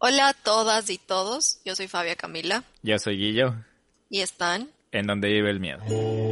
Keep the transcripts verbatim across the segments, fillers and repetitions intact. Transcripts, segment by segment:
Hola a todas y todos, yo soy Fabia Camila Yo soy Guillo, y están. en donde vive el miedo.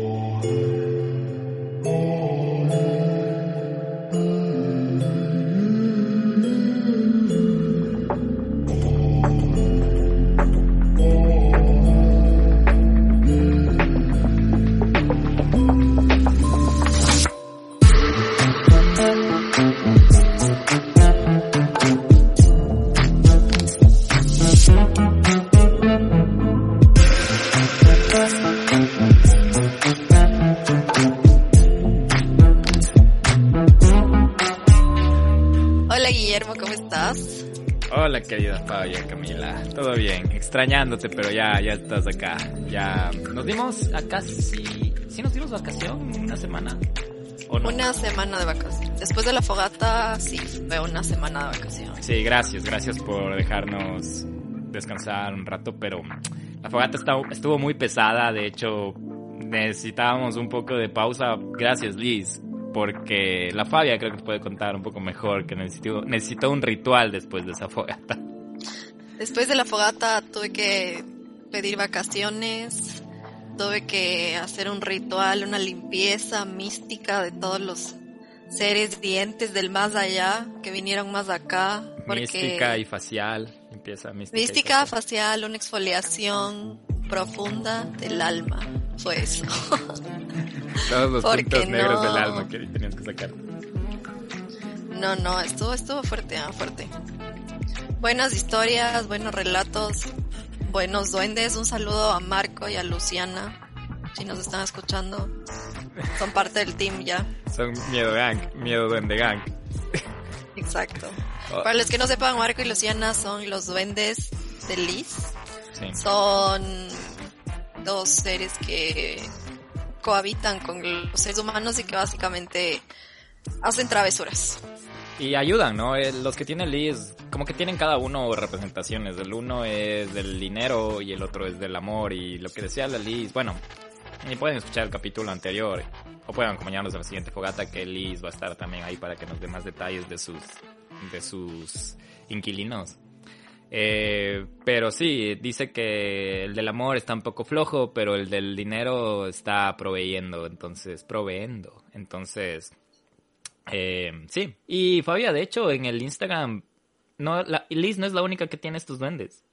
Hola Guillermo, ¿cómo estás? Hola querida Fabia Camila, todo bien, extrañándote, pero ya, ya estás acá. Ya nos dimos a casi, ¿sí nos dimos vacación una semana? ¿O no? Una semana de vacaciones. Después de la fogata, sí, fue una semana de vacaciones. Sí, gracias, gracias por dejarnos descansar un rato, pero la fogata está- estuvo muy pesada, de hecho necesitábamos un poco de pausa. Gracias Liz, porque la Fabia creo que te puede contar un poco mejor que necesitó, necesitó un ritual después de esa fogata. Después de la fogata tuve que pedir vacaciones, tuve que hacer un ritual, una limpieza mística de todos los seres vivientes del más allá que vinieron más acá. Porque Mística y facial, empieza mística. y mística facial. facial, una exfoliación profunda del alma, fue eso. Todos los ¿Por puntos qué negros no? del alma que tenías que sacar. No, no, estuvo, estuvo fuerte, ah, fuerte. Buenas historias, buenos relatos, buenos duendes. Un saludo a Marco y a Luciana, si nos están escuchando. Son parte del team ya. Son miedo gang, miedo duende gang. Exacto. Oh, Para los que no sepan, Marco y Luciana son los duendes de Liz. sí. Son dos seres que cohabitan con los seres humanos y que básicamente hacen travesuras. Y ayudan, ¿no? Eh, Los que tiene Liz, como que tienen cada uno representaciones. El uno es del dinero y el otro es del amor. Y lo que decía la Liz, bueno, y pueden escuchar el capítulo anterior o pueden acompañarnos en la siguiente fogata, que Liz va a estar también ahí para que nos dé más detalles de sus, de sus inquilinos. Eh, pero sí, dice que el del amor está un poco flojo, pero el del dinero está proveyendo, entonces, proveendo. Entonces, eh, sí. Y Fabia, de hecho, en el Instagram, no, la, Liz no es la única que tiene estos duendes.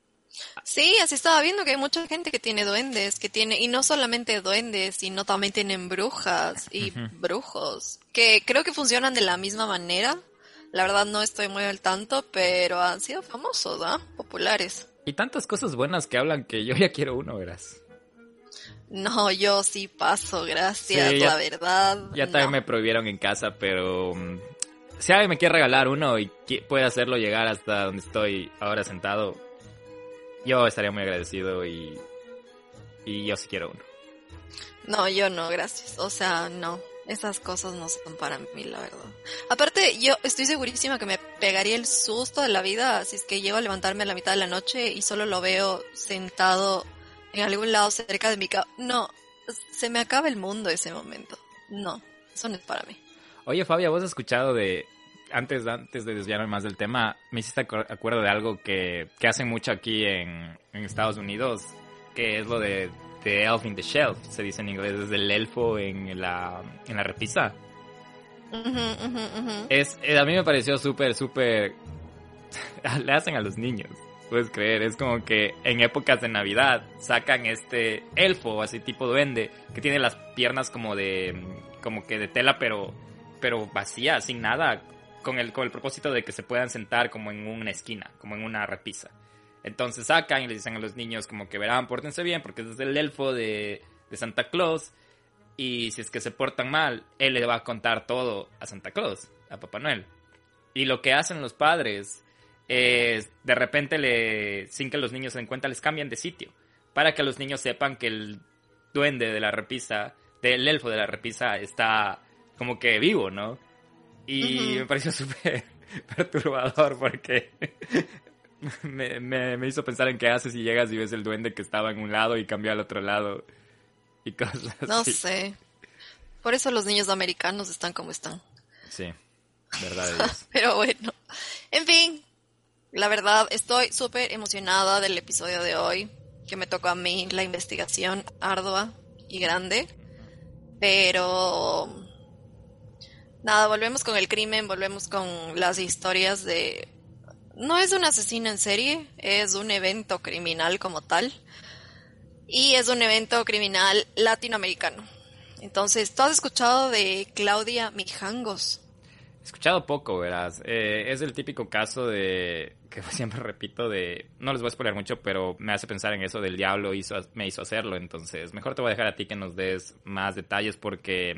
Sí, así estaba viendo que hay mucha gente que tiene duendes, que tiene, y no solamente duendes, sino también tienen brujas y Ujú. brujos, que creo que funcionan de la misma manera. La verdad no estoy muy al tanto, pero han sido famosos, ¿ah? Populares. Y tantas cosas buenas que hablan que yo ya quiero uno, verás. No, yo sí paso, gracias, Sí, ya- la verdad. Ya no. también me prohibieron en casa, pero mm, si alguien me quiere regalar uno y qui- puede hacerlo llegar hasta donde estoy ahora sentado, yo estaría muy agradecido y, y yo sí quiero uno. No, yo no, gracias. O sea, no. Esas cosas no son para mí, la verdad. Aparte, yo estoy segurísima que me pegaría el susto de la vida si es que llego a levantarme a la mitad de la noche y solo lo veo sentado en algún lado cerca de mi cama. No, se me acaba el mundo ese momento. No, eso no es para mí. Oye, Fabia, ¿vos has escuchado de... Antes, antes de desviarme más del tema, me hiciste acu- acuerdo de algo que, que hacen mucho aquí en, en Estados Unidos, que es lo de The Elf in the Shelf, se dice en inglés, es el elfo en la, en la repisa. Ujú, ujú, ujú. Es, eh, a mí me pareció súper, súper... Le hacen a los niños, puedes creer. Es como que en épocas de Navidad sacan este elfo, así tipo duende, que tiene las piernas como de... como que de tela, pero, pero vacía, sin nada, con el, con el propósito de que se puedan sentar como en una esquina, como en una repisa. Entonces sacan y le dicen a los niños como que verán, pórtense bien, porque este es el elfo de, de Santa Claus. Y si es que se portan mal, él le va a contar todo a Santa Claus, a Papá Noel. Y lo que hacen los padres es, de repente, le, sin que los niños se den cuenta, les cambian de sitio. Para que los niños sepan que el duende de la repisa, del elfo de la repisa, está como que vivo, ¿no? Y Ujú. me pareció súper perturbador porque me, me, me hizo pensar en qué haces si llegas y ves el duende que estaba en un lado y cambia al otro lado. Y cosas No así. sé. Por eso los niños americanos están como están. Sí, verdad de Dios. Pero bueno. En fin. La verdad, estoy súper emocionada del episodio de hoy, que me tocó a mí la investigación ardua y grande. Pero nada, volvemos con el crimen, volvemos con las historias de... No es un asesino en serie, es un evento criminal como tal. Y es un evento criminal latinoamericano. Entonces, ¿tú has escuchado de Claudia Mijangos? He escuchado poco, verás. Eh, es el típico caso de... que siempre repito de... No les voy a spoiler mucho, pero me hace pensar en eso del diablo hizo, me hizo hacerlo. Entonces, mejor te voy a dejar a ti que nos des más detalles porque...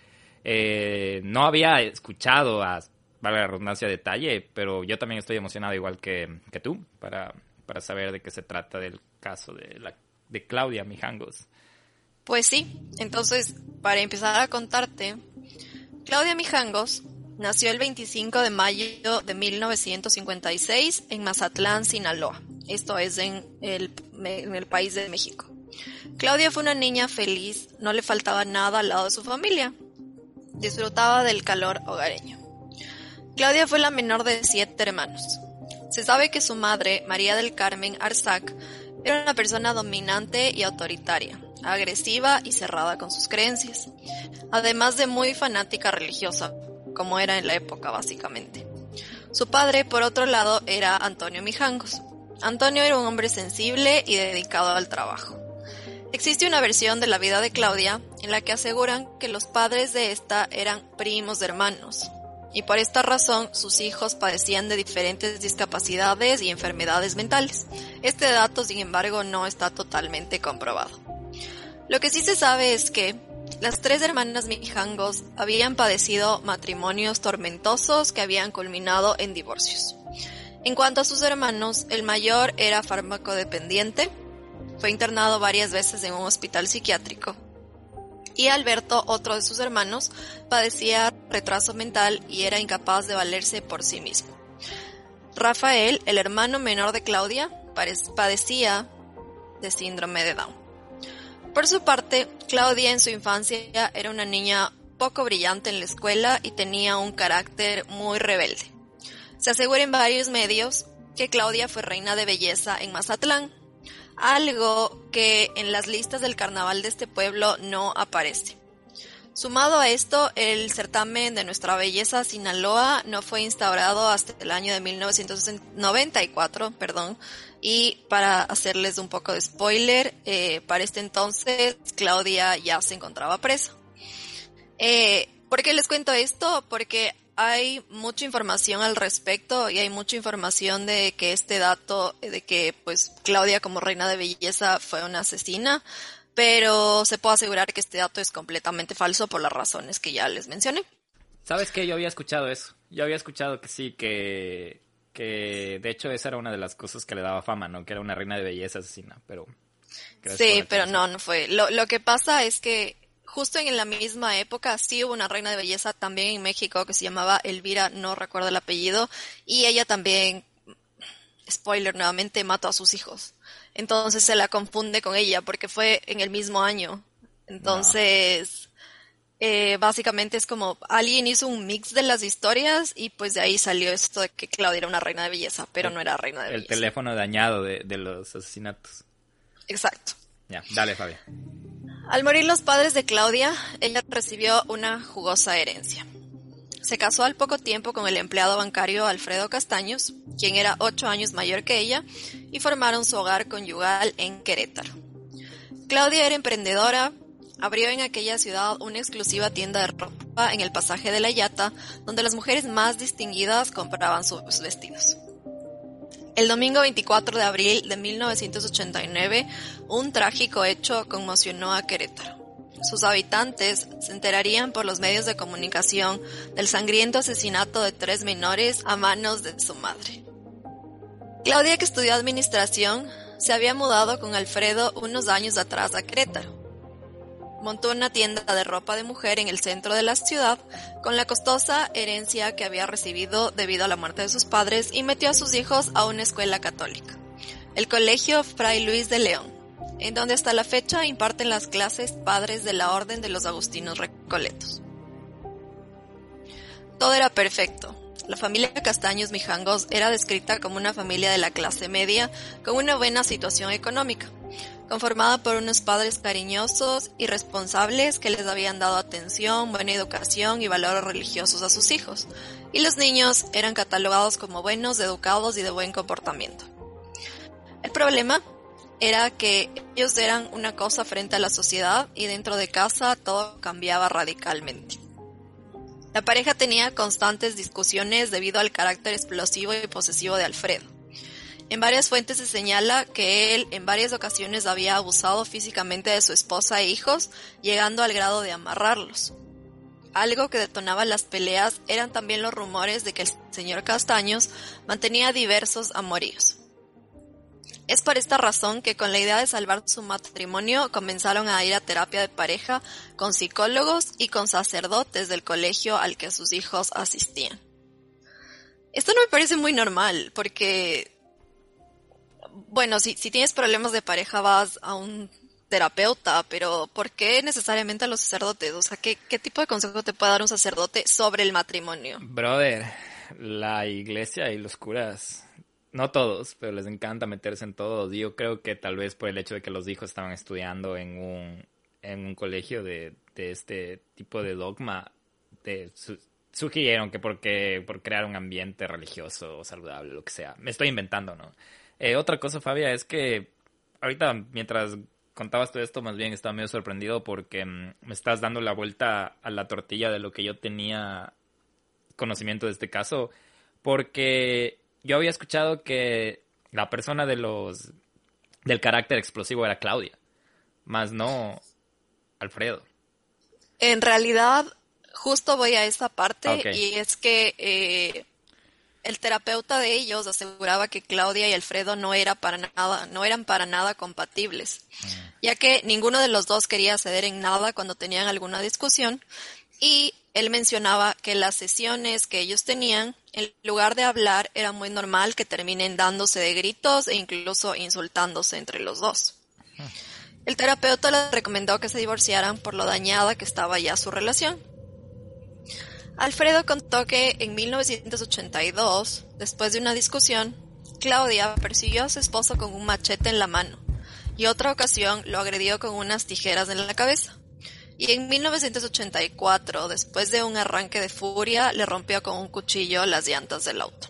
Eh, no había escuchado a... valga la redundancia, detalle, pero yo también estoy emocionado igual que, que tú para, para saber de qué se trata del caso de, la, de Claudia Mijangos. Pues sí, entonces, para empezar a contarte, Claudia Mijangos nació el veinticinco de mayo de mil novecientos cincuenta y seis en Mazatlán, Sinaloa. Esto es en el, en el país de México. Claudia fue una niña feliz, no le faltaba nada al lado de su familia. Disfrutaba del calor hogareño. Claudia fue la menor de siete hermanos. Se sabe que su madre, María del Carmen Arzac, era una persona dominante y autoritaria, agresiva y cerrada con sus creencias, además de muy fanática religiosa, como era en la época básicamente. Su padre, por otro lado, era Antonio Mijangos. Antonio era un hombre sensible y dedicado al trabajo. Existe una versión de la vida de Claudia en la que aseguran que los padres de esta eran primos de hermanos, y por esta razón sus hijos padecían de diferentes discapacidades y enfermedades mentales. Este dato, sin embargo, no está totalmente comprobado. Lo que sí se sabe es que las tres hermanas Mijangos habían padecido matrimonios tormentosos que habían culminado en divorcios. En cuanto a sus hermanos, el mayor era farmacodependiente, fue internado varias veces en un hospital psiquiátrico. Y Alberto, otro de sus hermanos, padecía retraso mental y era incapaz de valerse por sí mismo. Rafael, el hermano menor de Claudia, padecía de síndrome de Down. Por su parte, Claudia en su infancia era una niña poco brillante en la escuela y tenía un carácter muy rebelde. Se asegura en varios medios que Claudia fue reina de belleza en Mazatlán, algo que en las listas del carnaval de este pueblo no aparece. Sumado a esto, el certamen de Nuestra Belleza Sinaloa no fue instaurado hasta el año de mil novecientos noventa y cuatro, perdón, y para hacerles un poco de spoiler, eh, para este entonces Claudia ya se encontraba presa. Eh, ¿Por qué les cuento esto? Porque hay mucha información al respecto y hay mucha información de que este dato, de que pues Claudia como reina de belleza fue una asesina, pero se puede asegurar que este dato es completamente falso por las razones que ya les mencioné. ¿Sabes qué? Yo había escuchado eso. Yo había escuchado que sí, que, que de hecho esa era una de las cosas que le daba fama, ¿no? Que era una reina de belleza asesina, pero... Sí, pero no, no fue. Lo, lo que pasa es que justo en la misma época sí hubo una reina de belleza también en México que se llamaba Elvira, no recuerdo el apellido, y ella también, spoiler nuevamente, mató a sus hijos. Entonces se la confunde con ella porque fue en el mismo año. Entonces, no. eh, básicamente es como alguien hizo un mix de las historias y pues de ahí salió esto de que Claudia era una reina de belleza, pero el, no era reina de el belleza. El teléfono dañado de, de los asesinatos. Exacto. Ya, dale, Fabi. Al morir los padres de Claudia, ella recibió una jugosa herencia. Se casó al poco tiempo con el empleado bancario Alfredo Castaños, quien era ocho años mayor que ella, y formaron su hogar conyugal en Querétaro. Claudia era emprendedora, abrió en aquella ciudad una exclusiva tienda de ropa en el pasaje de la Llata, donde las mujeres más distinguidas compraban sus vestidos. El domingo veinticuatro de abril de mil novecientos ochenta y nueve, un trágico hecho conmocionó a Querétaro. Sus habitantes se enterarían por los medios de comunicación del sangriento asesinato de tres menores a manos de su madre. Claudia, que estudió administración, se había mudado con Alfredo unos años atrás a Querétaro. Montó una tienda de ropa de mujer en el centro de la ciudad con la costosa herencia que había recibido debido a la muerte de sus padres y metió a sus hijos a una escuela católica, el Colegio Fray Luis de León, en donde hasta la fecha imparten las clases padres de la Orden de los Agustinos Recoletos. Todo era perfecto. La familia Castaños Mijangos era descrita como una familia de la clase media con una buena situación económica, conformada por unos padres cariñosos y responsables que les habían dado atención, buena educación y valores religiosos a sus hijos, y los niños eran catalogados como buenos, educados y de buen comportamiento. El problema era que ellos eran una cosa frente a la sociedad y dentro de casa todo cambiaba radicalmente. La pareja tenía constantes discusiones debido al carácter explosivo y posesivo de Alfredo. En varias fuentes se señala que él en varias ocasiones había abusado físicamente de su esposa e hijos, llegando al grado de amarrarlos. Algo que detonaba las peleas eran también los rumores de que el señor Castaños mantenía diversos amoríos. Es por esta razón que con la idea de salvar su matrimonio comenzaron a ir a terapia de pareja con psicólogos y con sacerdotes del colegio al que sus hijos asistían. Esto no me parece muy normal porque, bueno, si, si tienes problemas de pareja vas a un terapeuta, pero ¿por qué necesariamente a los sacerdotes? O sea, ¿qué, qué tipo de consejo te puede dar un sacerdote sobre el matrimonio? Brother, la iglesia y los curas... No todos, pero les encanta meterse en todo. Yo creo que tal vez por el hecho de que los hijos estaban estudiando en un, en un colegio de, de este tipo de dogma, de, su, sugirieron que porque por crear un ambiente religioso saludable, lo que sea. Me estoy inventando, ¿no? Eh, otra cosa, Fabia, es que ahorita mientras contabas todo esto, más bien estaba medio sorprendido porque mm, me estás dando la vuelta a la tortilla de lo que yo tenía conocimiento de este caso, porque... Yo había escuchado que la persona de los del carácter explosivo era Claudia, más no Alfredo. En realidad, justo voy a esa parte, Okay. y es que eh, el terapeuta de ellos aseguraba que Claudia y Alfredo no era para nada, no eran para nada compatibles, mm. ya que ninguno de los dos quería ceder en nada cuando tenían alguna discusión, y él mencionaba que las sesiones que ellos tenían, en lugar de hablar, era muy normal que terminen dándose de gritos e incluso insultándose entre los dos. El terapeuta les recomendó que se divorciaran por lo dañada que estaba ya su relación. Alfredo contó que en mil novecientos ochenta y dos, después de una discusión, Claudia persiguió a su esposo con un machete en la mano y otra ocasión lo agredió con unas tijeras en la cabeza. Y en mil novecientos ochenta y cuatro, después de un arranque de furia, le rompió con un cuchillo las llantas del auto.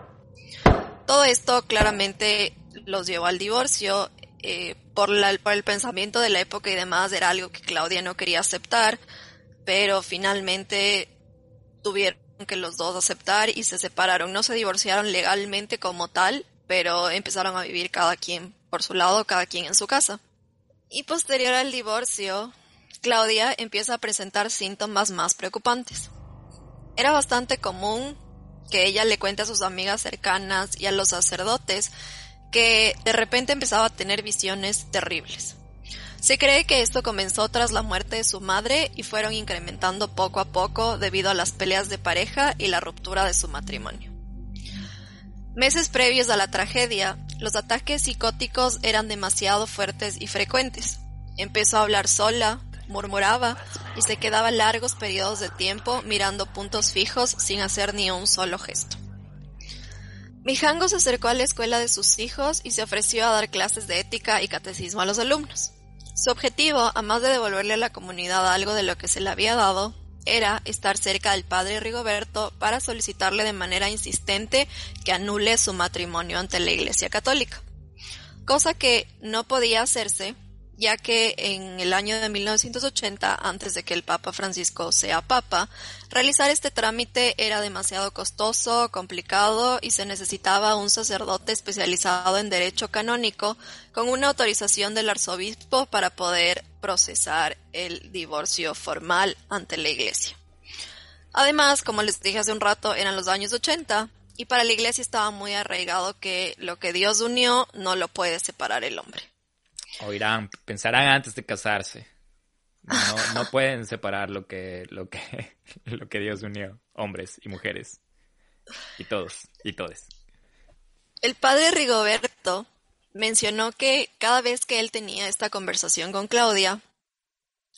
Todo esto claramente los llevó al divorcio. Eh, por, la, por el pensamiento de la época y demás, era algo que Claudia no quería aceptar, pero finalmente tuvieron que los dos aceptar y se separaron. No se divorciaron legalmente como tal, pero empezaron a vivir cada quien por su lado, cada quien en su casa. Y posterior al divorcio, Claudia empieza a presentar síntomas más preocupantes. Era bastante común que ella le cuente a sus amigas cercanas y a los sacerdotes que de repente empezaba a tener visiones terribles. Se cree que esto comenzó tras la muerte de su madre y fueron incrementando poco a poco debido a las peleas de pareja y la ruptura de su matrimonio. Meses previos a la tragedia, los ataques psicóticos eran demasiado fuertes y frecuentes. Empezó a hablar sola, murmuraba y se quedaba largos periodos de tiempo mirando puntos fijos sin hacer ni un solo gesto. Mijangos se acercó a la escuela de sus hijos y se ofreció a dar clases de ética y catecismo a los alumnos. Su objetivo, además de devolverle a la comunidad algo de lo que se le había dado, era estar cerca del padre Rigoberto para solicitarle de manera insistente que anule su matrimonio ante la Iglesia Católica, cosa que no podía hacerse ya que en el año de mil novecientos ochenta, antes de que el Papa Francisco sea Papa, realizar este trámite era demasiado costoso, complicado y se necesitaba un sacerdote especializado en derecho canónico con una autorización del arzobispo para poder procesar el divorcio formal ante la Iglesia. Además, como les dije hace un rato, eran los años ochenta y para la Iglesia estaba muy arraigado que lo que Dios unió no lo puede separar el hombre. Oirán, pensarán antes de casarse. No, no pueden separar lo que, lo que, lo que Dios unió, hombres y mujeres. Y todos, y todes. El padre Rigoberto mencionó que cada vez que él tenía esta conversación con Claudia,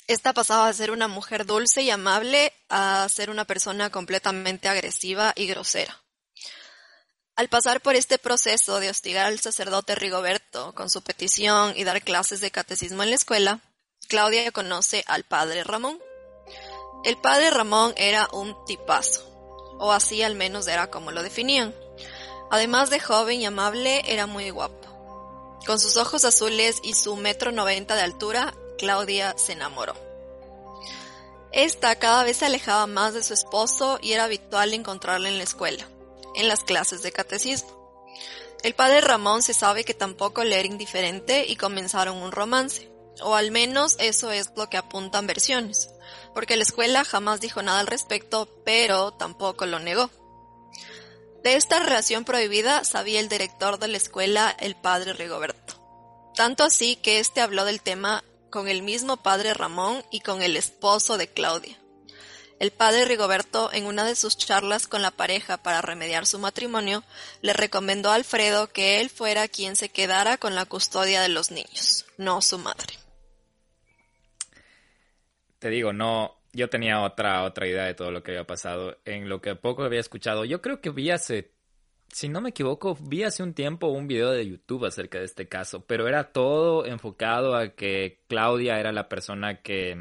Esta pasaba de ser una mujer dulce y amable a ser una persona completamente agresiva y grosera. Al pasar por este proceso de hostigar al sacerdote Rigoberto con su petición y dar clases de catecismo en la escuela, Claudia conoce al padre Ramón. El padre Ramón era un tipazo, o así al menos era como lo definían. Además de joven y amable, era muy guapo. Con sus ojos azules y su metro noventa de altura, Claudia se enamoró. Esta cada vez se alejaba más de su esposo y era habitual encontrarla en la escuela, en las clases de catecismo. El padre Ramón se sabe que tampoco le era indiferente y comenzaron un romance, o al menos eso es lo que apuntan versiones, porque la escuela jamás dijo nada al respecto, pero tampoco lo negó. De esta relación prohibida sabía el director de la escuela, el padre Rigoberto. Tanto así que éste habló del tema con el mismo padre Ramón y con el esposo de Claudia. El padre Rigoberto, en una de sus charlas con la pareja para remediar su matrimonio, le recomendó a Alfredo que él fuera quien se quedara con la custodia de los niños, no su madre. Te digo, no, yo tenía otra, otra idea de todo lo que había pasado. En lo que poco había escuchado, yo creo que vi hace, si no me equivoco, vi hace un tiempo un video de YouTube acerca de este caso, pero era todo enfocado a que Claudia era la persona que,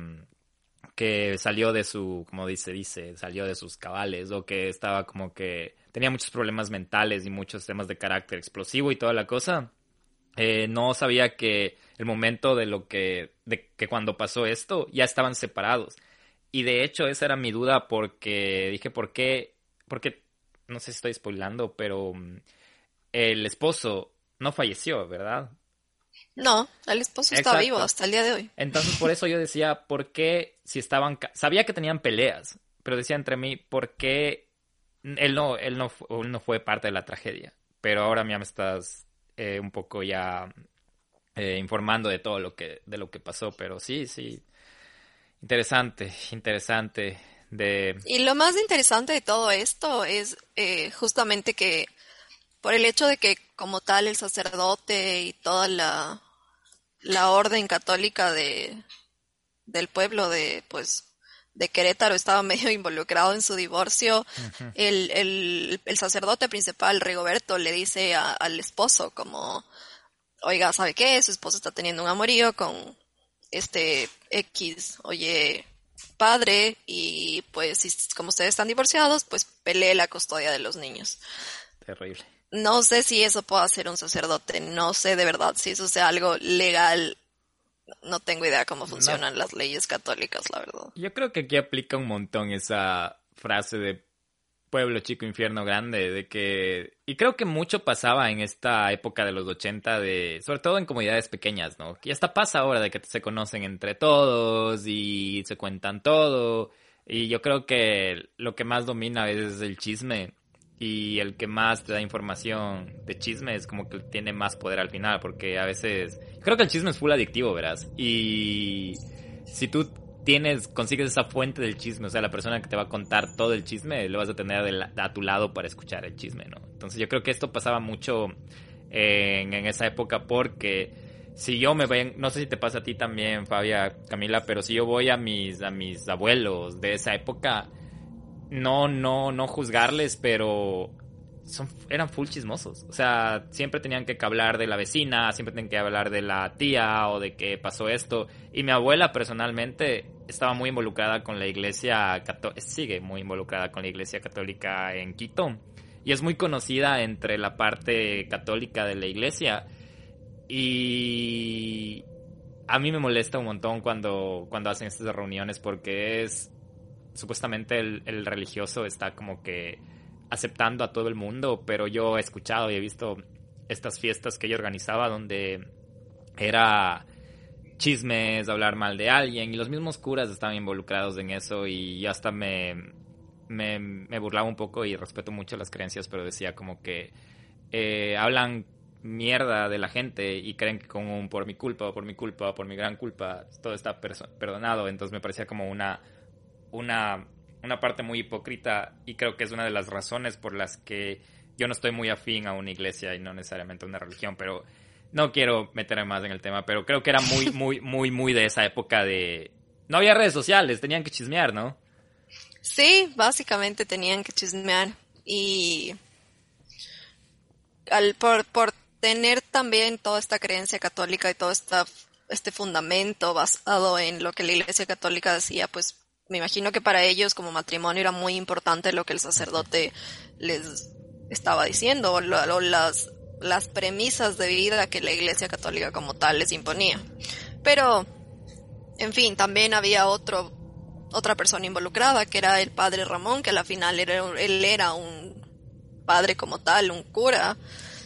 que salió de su, como dice, dice, salió de sus cabales, o que estaba como que tenía muchos problemas mentales y muchos temas de carácter explosivo y toda la cosa. Eh, no sabía que el momento de lo que, de que cuando pasó esto ya estaban separados. Y de hecho esa era mi duda porque dije, ¿por qué? Porque, no sé si estoy spoilando, pero um, el esposo no falleció, ¿verdad? No, el esposo está vivo Exacto. hasta el día de hoy. Entonces por eso yo decía, ¿por qué si estaban... ca- Sabía que tenían peleas, pero decía entre mí, ¿por qué él no, él no, fu- él no fue parte de la tragedia? Pero ahora ya me estás eh, un poco ya eh, informando de todo lo que, de lo que pasó, pero sí, sí, interesante, interesante de... Y lo más interesante de todo esto es eh, justamente que por el hecho de que como tal el sacerdote y toda la, la orden católica de, del pueblo de pues de Querétaro estaba medio involucrado en su divorcio, Ujú. el, el, el sacerdote principal, Rigoberto, le dice a- al esposo como, oiga, ¿sabe qué? Su esposo está teniendo un amorío con este X, oye, padre, y pues si, como ustedes están divorciados, pues pelee la custodia de los niños. Terrible. No sé si eso pueda hacer un sacerdote, no sé de verdad si eso sea algo legal, no tengo idea cómo No, funcionan las leyes católicas, la verdad. yo creo que aquí aplica un montón esa frase de pueblo chico, infierno grande, de que... Y creo que mucho pasaba en esta época de los ochenta, de, sobre todo en comunidades pequeñas, ¿no? Y hasta pasa ahora de que se conocen entre todos y se cuentan todo. Y yo creo que lo que más domina a veces es el chisme. Y el que más te da información de chisme es como que tiene más poder al final, porque a veces... Creo que el chisme es full adictivo, verás. Y si tú tienes, consigues esa fuente del chisme, o sea, la persona que te va a contar todo el chisme, lo vas a tener de la- a tu lado para escuchar el chisme, ¿no? Entonces yo creo que esto pasaba mucho en, en esa época porque si yo me voy, no sé si te pasa a ti también, Fabia, Camila, pero si yo voy a mis, a mis abuelos de esa época, no, no, no juzgarles, pero son, eran full chismosos. O sea, siempre tenían que hablar de la vecina, siempre tenían que hablar de la tía o de que pasó esto. Y mi abuela personalmente estaba muy involucrada con la iglesia católica, sigue muy involucrada con la iglesia católica en Quito. Y es muy conocida entre la parte católica de la iglesia. Y a mí me molesta un montón cuando, cuando hacen estas reuniones porque es supuestamente el, el religioso está como que aceptando a todo el mundo, pero yo he escuchado y he visto estas fiestas que ella organizaba donde era chismes, hablar mal de alguien y los mismos curas estaban involucrados en eso y yo hasta me, me, me burlaba un poco y respeto mucho las creencias, pero decía como que eh, hablan mierda de la gente y creen que como un, por mi culpa, por mi culpa, por mi gran culpa, todo está perso- perdonado, entonces me parecía como una una, una parte muy hipócrita y creo que es una de las razones por las que yo no estoy muy afín a una iglesia y no necesariamente a una religión, pero no quiero meterme más en el tema, pero creo que era muy, muy, muy, muy de esa época de no había redes sociales, tenían que chismear, ¿no? Sí, básicamente tenían que chismear. Y al, por, por tener también toda esta creencia católica y todo esta, este fundamento basado en lo que la Iglesia Católica decía, pues me imagino que para ellos como matrimonio era muy importante lo que el sacerdote les estaba diciendo, o, lo, o las, las premisas de vida que la Iglesia Católica como tal les imponía. Pero, en fin, también había otro otra persona involucrada, que era el padre Ramón, que a la final era, él era un padre como tal, un cura,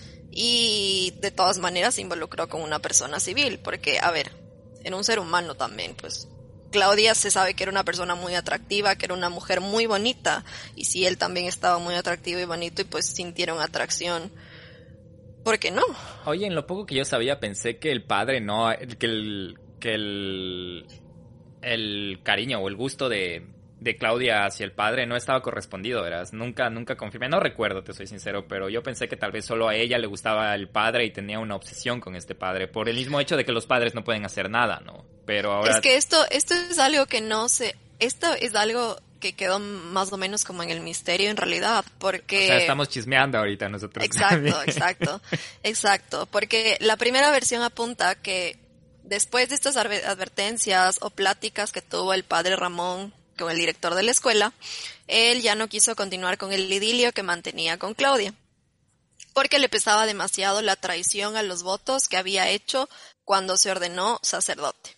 y de todas maneras se involucró con una persona civil, porque, a ver, en un ser humano también, pues, Claudia se sabe que era una persona muy atractiva, que era una mujer muy bonita, y si él también estaba muy atractivo y bonito, y pues sintieron atracción, ¿por qué no? Oye, en lo poco que yo sabía, pensé que el padre no, que el, que el, el cariño o el gusto de, de Claudia hacia el padre no estaba correspondido, ¿verdad? Nunca, nunca confirmé, no recuerdo, te soy sincero, pero yo pensé que tal vez solo a ella le gustaba el padre y tenía una obsesión con este padre, por el mismo hecho de que los padres no pueden hacer nada, ¿no? Pero ahora... Es que esto, esto es algo que no sé, esto es algo que quedó más o menos como en el misterio en realidad, porque... O sea, estamos chismeando ahorita nosotros. Exacto, exacto, exacto, porque la primera versión apunta que después de estas advertencias o pláticas que tuvo el padre Ramón con el director de la escuela, él ya no quiso continuar con el idilio que mantenía con Claudia, porque le pesaba demasiado la traición a los votos que había hecho cuando se ordenó sacerdote.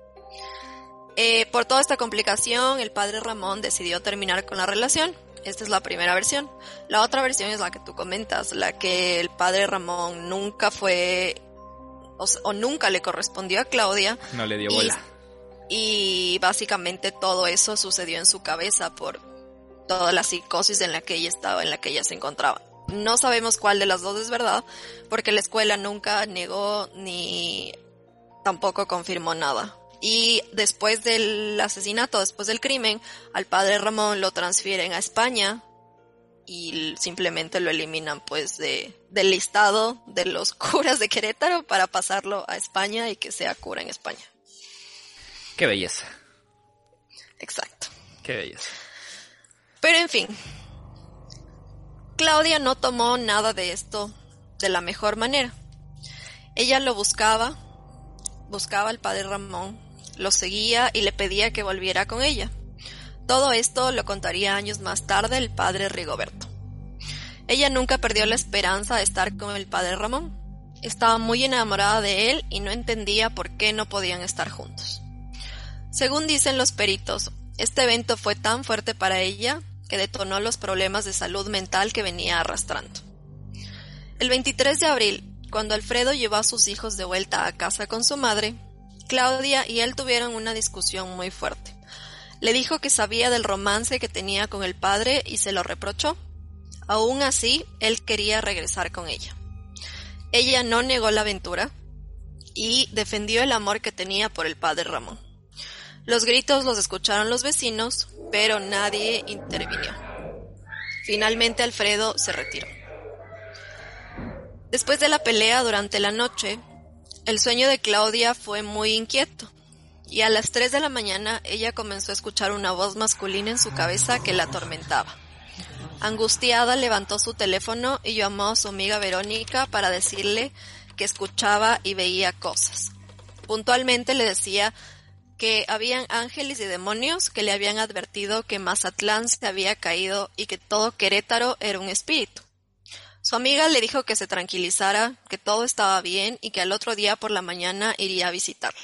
Eh, por toda esta complicación, el padre Ramón decidió terminar con la relación. Esta es la primera versión. La otra versión es la que tú comentas, la que el padre Ramón nunca fue o, o nunca le correspondió a Claudia. No le dio bola. Y, y básicamente todo eso sucedió en su cabeza por toda la psicosis en la que ella estaba, en la que ella se encontraba. No sabemos cuál de las dos es verdad, porque la escuela nunca negó ni tampoco confirmó nada. Y después del asesinato, después del crimen, al padre Ramón lo transfieren a España y simplemente lo eliminan pues de, del listado de los curas de Querétaro para pasarlo a España y que sea cura en España. Qué belleza. Exacto. Qué belleza. Pero en fin, Claudia no tomó nada de esto de la mejor manera. Ella lo buscaba, buscaba al padre Ramón, lo seguía y le pedía que volviera con ella. Todo esto lo contaría años más tarde el padre Rigoberto. Ella nunca perdió la esperanza de estar con el padre Ramón. Estaba muy enamorada de él y no entendía por qué no podían estar juntos. Según dicen los peritos, este evento fue tan fuerte para ella que detonó los problemas de salud mental que venía arrastrando. El veintitrés de abril, cuando Alfredo llevó a sus hijos de vuelta a casa con su madre, Claudia y él tuvieron una discusión muy fuerte. Le dijo que sabía del romance que tenía con el padre y se lo reprochó. Aún así, él quería regresar con ella. Ella no negó la aventura y defendió el amor que tenía por el padre Ramón. Los gritos los escucharon los vecinos, pero nadie intervino. Finalmente Alfredo se retiró. Después de la pelea durante la noche, el sueño de Claudia fue muy inquieto, y a las tres de la mañana ella comenzó a escuchar una voz masculina en su cabeza que la atormentaba. Angustiada levantó su teléfono y llamó a su amiga Verónica para decirle que escuchaba y veía cosas. Puntualmente le decía que habían ángeles y demonios que le habían advertido que Mazatlán se había caído y que todo Querétaro era un espíritu. Su amiga le dijo que se tranquilizara, que todo estaba bien y que al otro día por la mañana iría a visitarla.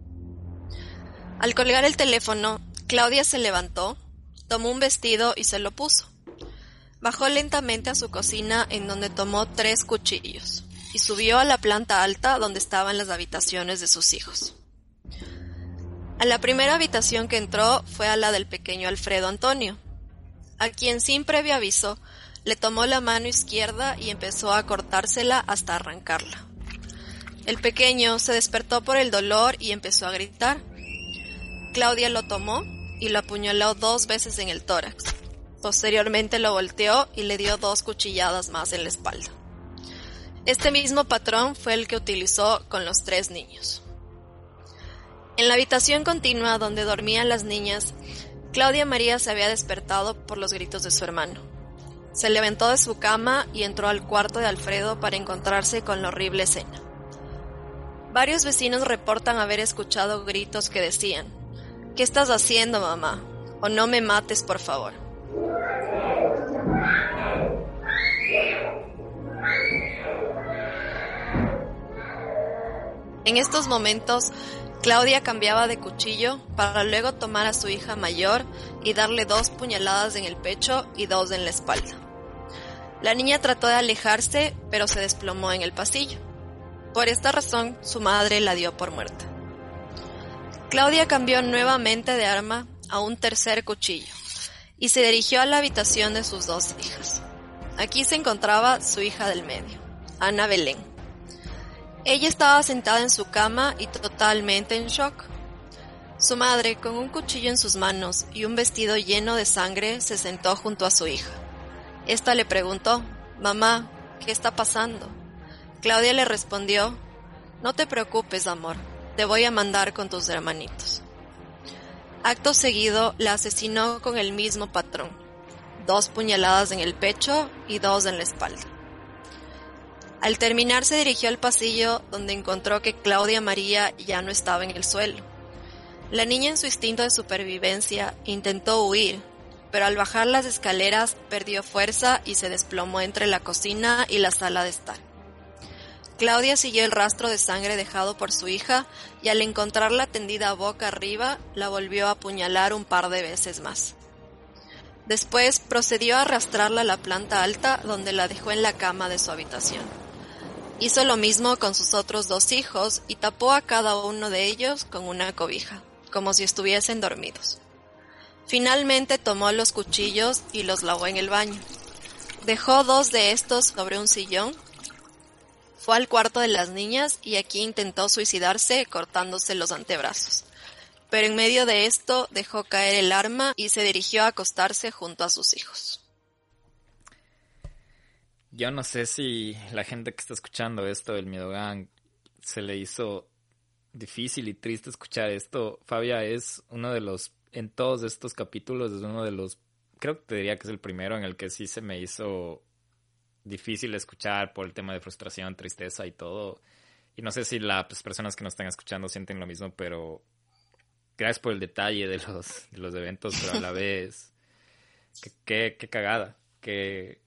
Al colgar el teléfono, Claudia se levantó, tomó un vestido y se lo puso. Bajó lentamente a su cocina en donde tomó tres cuchillos y subió a la planta alta donde estaban las habitaciones de sus hijos. A la primera habitación que entró fue a la del pequeño Alfredo Antonio, a quien sin previo aviso le tomó la mano izquierda y empezó a cortársela hasta arrancarla. El pequeño se despertó por el dolor y empezó a gritar. Claudia lo tomó y lo apuñaló dos veces en el tórax. Posteriormente lo volteó y le dio dos cuchilladas más en la espalda. Este mismo patrón fue el que utilizó con los tres niños. En la habitación continua donde dormían las niñas, Claudia María se había despertado por los gritos de su hermano. Se levantó de su cama y entró al cuarto de Alfredo para encontrarse con la horrible escena. Varios vecinos reportan haber escuchado gritos que decían: ¿qué estás haciendo, mamá? O no me mates, por favor. En estos momentos, Claudia cambiaba de cuchillo para luego tomar a su hija mayor y darle dos puñaladas en el pecho y dos en la espalda. La niña trató de alejarse, pero se desplomó en el pasillo. Por esta razón, su madre la dio por muerta. Claudia cambió nuevamente de arma a un tercer cuchillo y se dirigió a la habitación de sus dos hijas. Aquí se encontraba su hija del medio, Ana Belén. Ella estaba sentada en su cama y totalmente en shock. Su madre, con un cuchillo en sus manos y un vestido lleno de sangre, se sentó junto a su hija. Esta le preguntó: «Mamá, ¿qué está pasando?». Claudia le respondió: «No te preocupes, amor, te voy a mandar con tus hermanitos». Acto seguido, la asesinó con el mismo patrón: dos puñaladas en el pecho y dos en la espalda. Al terminar, se dirigió al pasillo, donde encontró que Claudia María ya no estaba en el suelo. La niña, en su instinto de supervivencia, intentó huir, pero al bajar las escaleras perdió fuerza y se desplomó entre la cocina y la sala de estar. Claudia siguió el rastro de sangre dejado por su hija y al encontrarla tendida boca arriba, la volvió a apuñalar un par de veces más. Después procedió a arrastrarla a la planta alta, donde la dejó en la cama de su habitación. Hizo lo mismo con sus otros dos hijos y tapó a cada uno de ellos con una cobija, como si estuviesen dormidos. Finalmente tomó los cuchillos y los lavó en el baño. Dejó dos de estos sobre un sillón. Fue al cuarto de las niñas y aquí intentó suicidarse cortándose los antebrazos. Pero en medio de esto dejó caer el arma y se dirigió a acostarse junto a sus hijos. Yo no sé si la gente que está escuchando esto del Miedogan se le hizo difícil y triste escuchar esto. Fabia es uno de los, en todos estos capítulos, es uno de los, creo que te diría que es el primero en el que sí se me hizo difícil escuchar por el tema de frustración, tristeza y todo. Y no sé si las pues, personas que nos están escuchando sienten lo mismo, pero gracias por el detalle de los, de los eventos, pero a la vez, qué, qué, qué cagada, qué...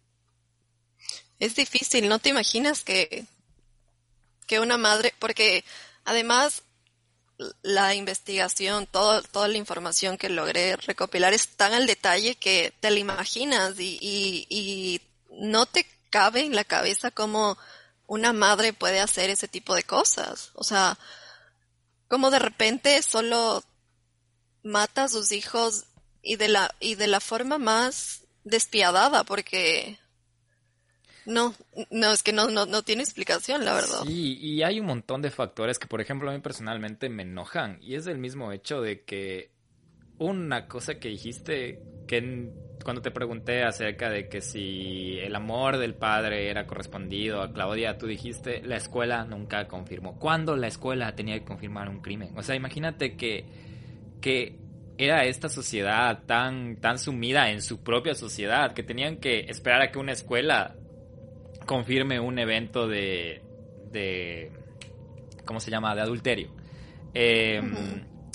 Es difícil, ¿no te imaginas que, que una madre, porque además la investigación, todo, toda la información que logré recopilar es tan al detalle que te la imaginas y, y, y no te cabe en la cabeza cómo una madre puede hacer ese tipo de cosas. O sea, como de repente solo mata a sus hijos y de la, y de la forma más despiadada, porque... No, no, es que no, no, no tiene explicación, la verdad. Sí, y hay un montón de factores que, por ejemplo, a mí personalmente me enojan. Y es el mismo hecho de que una cosa que dijiste, que en, cuando te pregunté acerca de que si el amor del padre era correspondido a Claudia, tú dijiste, la escuela nunca confirmó. ¿Cuándo la escuela tenía que confirmar un crimen? O sea, imagínate que, que era esta sociedad tan, tan sumida en su propia sociedad que tenían que esperar a que una escuela confirme un evento de, de ¿cómo se llama? De adulterio. Eh, uh-huh.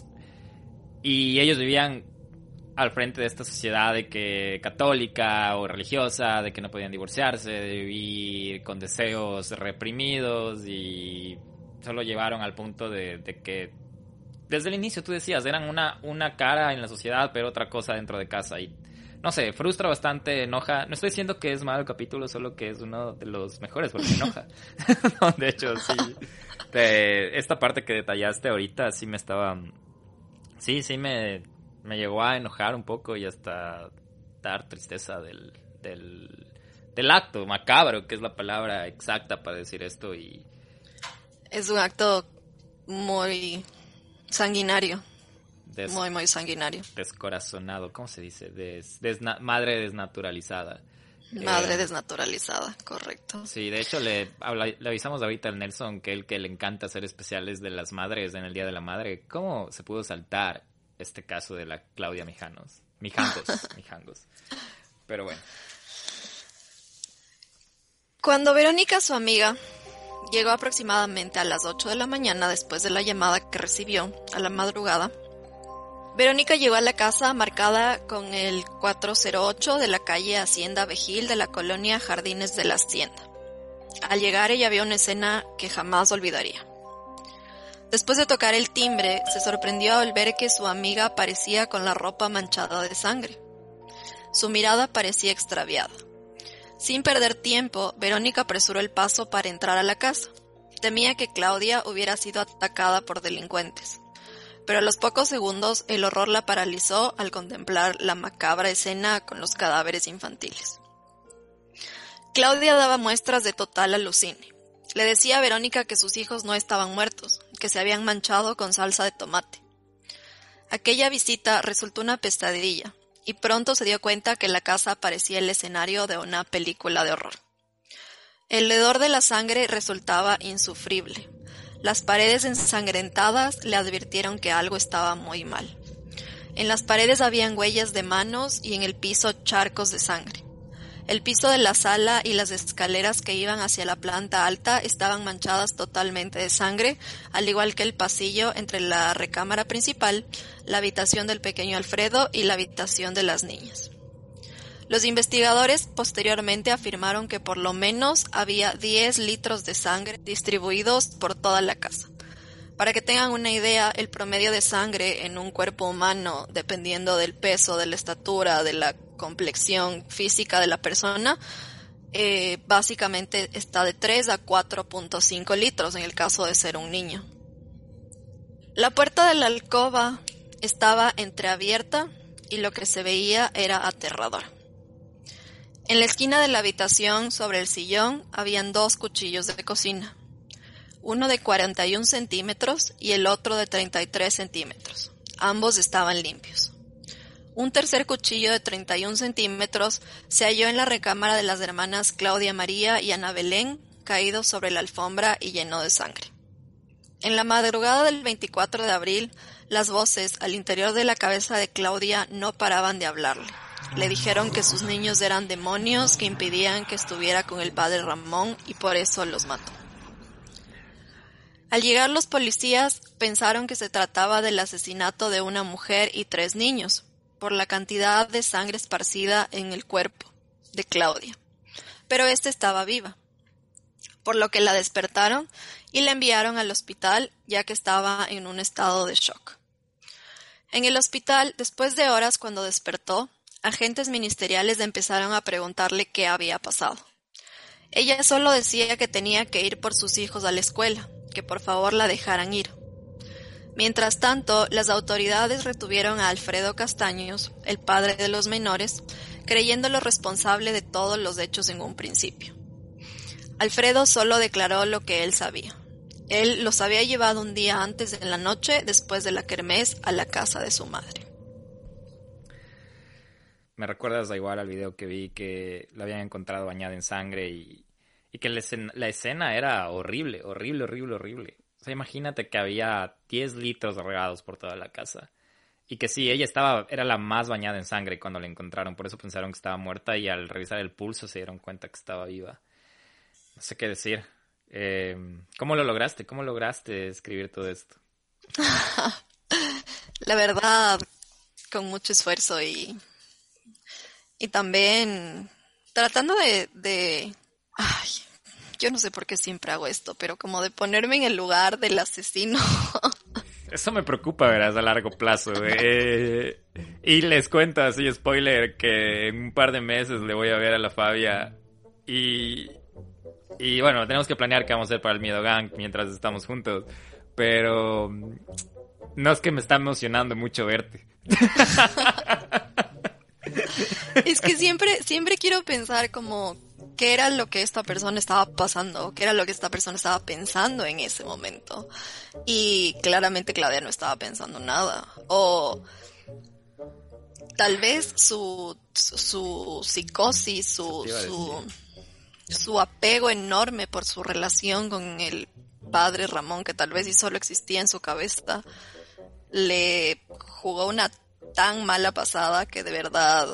Y ellos vivían al frente de esta sociedad de que católica o religiosa, de que no podían divorciarse, de vivir con deseos reprimidos y solo llevaron al punto de, de que desde el inicio tú decías, eran una, una cara en la sociedad, pero otra cosa dentro de casa y no sé, frustra bastante, enoja. No estoy diciendo que es malo el capítulo, solo que es uno de los mejores porque enoja. No, de hecho, sí. De esta parte que detallaste ahorita sí me estaba... Sí, sí me, me llegó a enojar un poco y hasta dar tristeza del, del, del acto macabro, que es la palabra exacta para decir esto. Y es un acto muy sanguinario. Des, muy, muy sanguinario. Descorazonado, ¿cómo se dice? Des, desna, madre desnaturalizada. Madre desnaturalizada, correcto. Sí, de hecho le, habla, le avisamos ahorita al Nelson que él que le encanta hacer especiales de las madres en el Día de la Madre. ¿Cómo se pudo saltar este caso de la Claudia Mijanos? Mijangos, Mijangos. Pero bueno. Cuando Verónica, su amiga, llegó aproximadamente a las ocho de la mañana después de la llamada que recibió a la madrugada, Verónica llegó a la casa marcada con el cuatrocientos ocho de la calle Hacienda Vejil de la colonia Jardines de la Hacienda. Al llegar ella vio una escena que jamás olvidaría. Después de tocar el timbre, se sorprendió al ver que su amiga aparecía con la ropa manchada de sangre. Su mirada parecía extraviada. Sin perder tiempo, Verónica apresuró el paso para entrar a la casa. Temía que Claudia hubiera sido atacada por delincuentes. Pero a los pocos segundos el horror la paralizó al contemplar la macabra escena con los cadáveres infantiles. Claudia daba muestras de total alucine. Le decía a Verónica que sus hijos no estaban muertos, que se habían manchado con salsa de tomate. Aquella visita resultó una pesadilla, y pronto se dio cuenta que la casa parecía el escenario de una película de horror. El hedor de la sangre resultaba insufrible. Las paredes ensangrentadas le advirtieron que algo estaba muy mal. En las paredes habían huellas de manos y en el piso charcos de sangre. El piso de la sala y las escaleras que iban hacia la planta alta estaban manchadas totalmente de sangre, al igual que el pasillo entre la recámara principal, la habitación del pequeño Alfredo y la habitación de las niñas. Los investigadores posteriormente afirmaron que por lo menos había diez litros de sangre distribuidos por toda la casa. Para que tengan una idea, el promedio de sangre en un cuerpo humano, dependiendo del peso, de la estatura, de la complexión física de la persona, eh, básicamente está de tres a cuatro punto cinco litros en el caso de ser un niño. La puerta de la alcoba estaba entreabierta y lo que se veía era aterrador. En la esquina de la habitación, sobre el sillón, habían dos cuchillos de cocina, uno de cuarenta y un centímetros y el otro de treinta y tres centímetros. Ambos estaban limpios. Un tercer cuchillo de treinta y un centímetros se halló en la recámara de las hermanas Claudia María y Ana Belén, caído sobre la alfombra y lleno de sangre. En la madrugada del veinticuatro de abril, las voces al interior de la cabeza de Claudia no paraban de hablarle. Le dijeron que sus niños eran demonios que impidían que estuviera con el padre Ramón y por eso los mató. Al llegar los policías pensaron que se trataba del asesinato de una mujer y tres niños, por la cantidad de sangre esparcida en el cuerpo de Claudia. Pero ésta estaba viva, por lo que la despertaron y la enviaron al hospital ya que estaba en un estado de shock. En el hospital, después de horas cuando despertó, agentes ministeriales empezaron a preguntarle qué había pasado. Ella solo decía que tenía que ir por sus hijos a la escuela, que por favor la dejaran ir. Mientras tanto, las autoridades retuvieron a Alfredo Castaños, el padre de los menores, creyéndolo responsable de todos los hechos en un principio. Alfredo solo declaró lo que él sabía. Él los había llevado un día antes en la noche, después de la kermés, a la casa de su madre. Me recuerdas igual al video que vi que la habían encontrado bañada en sangre y, y que la escena, la escena era horrible, horrible, horrible, horrible. O sea, imagínate que había diez litros regados por toda la casa. Y que sí, ella estaba, era la más bañada en sangre cuando la encontraron. Por eso pensaron que estaba muerta y al revisar el pulso se dieron cuenta que estaba viva. No sé qué decir. Eh, ¿Cómo lo lograste? ¿Cómo lograste escribir todo esto? La verdad, con mucho esfuerzo y... Y también tratando de, de... Ay, yo no sé por qué siempre hago esto, pero como de ponerme en el lugar del asesino. Eso me preocupa, verás, a largo plazo. Eh, y les cuento así, spoiler, que en un par de meses le voy a ver a la Fabia. Y, y bueno, tenemos que planear qué vamos a hacer para el Miedo Gang mientras estamos juntos. Pero no es que me está emocionando mucho verte. Es que siempre, siempre quiero pensar como qué era lo que esta persona estaba pasando, qué era lo que esta persona estaba pensando en ese momento. Y claramente Claudia no estaba pensando nada. O tal vez su, su, su psicosis, su, su, su apego enorme por su relación con el padre Ramón, que tal vez y solo existía en su cabeza, le jugó una tan mala pasada que de verdad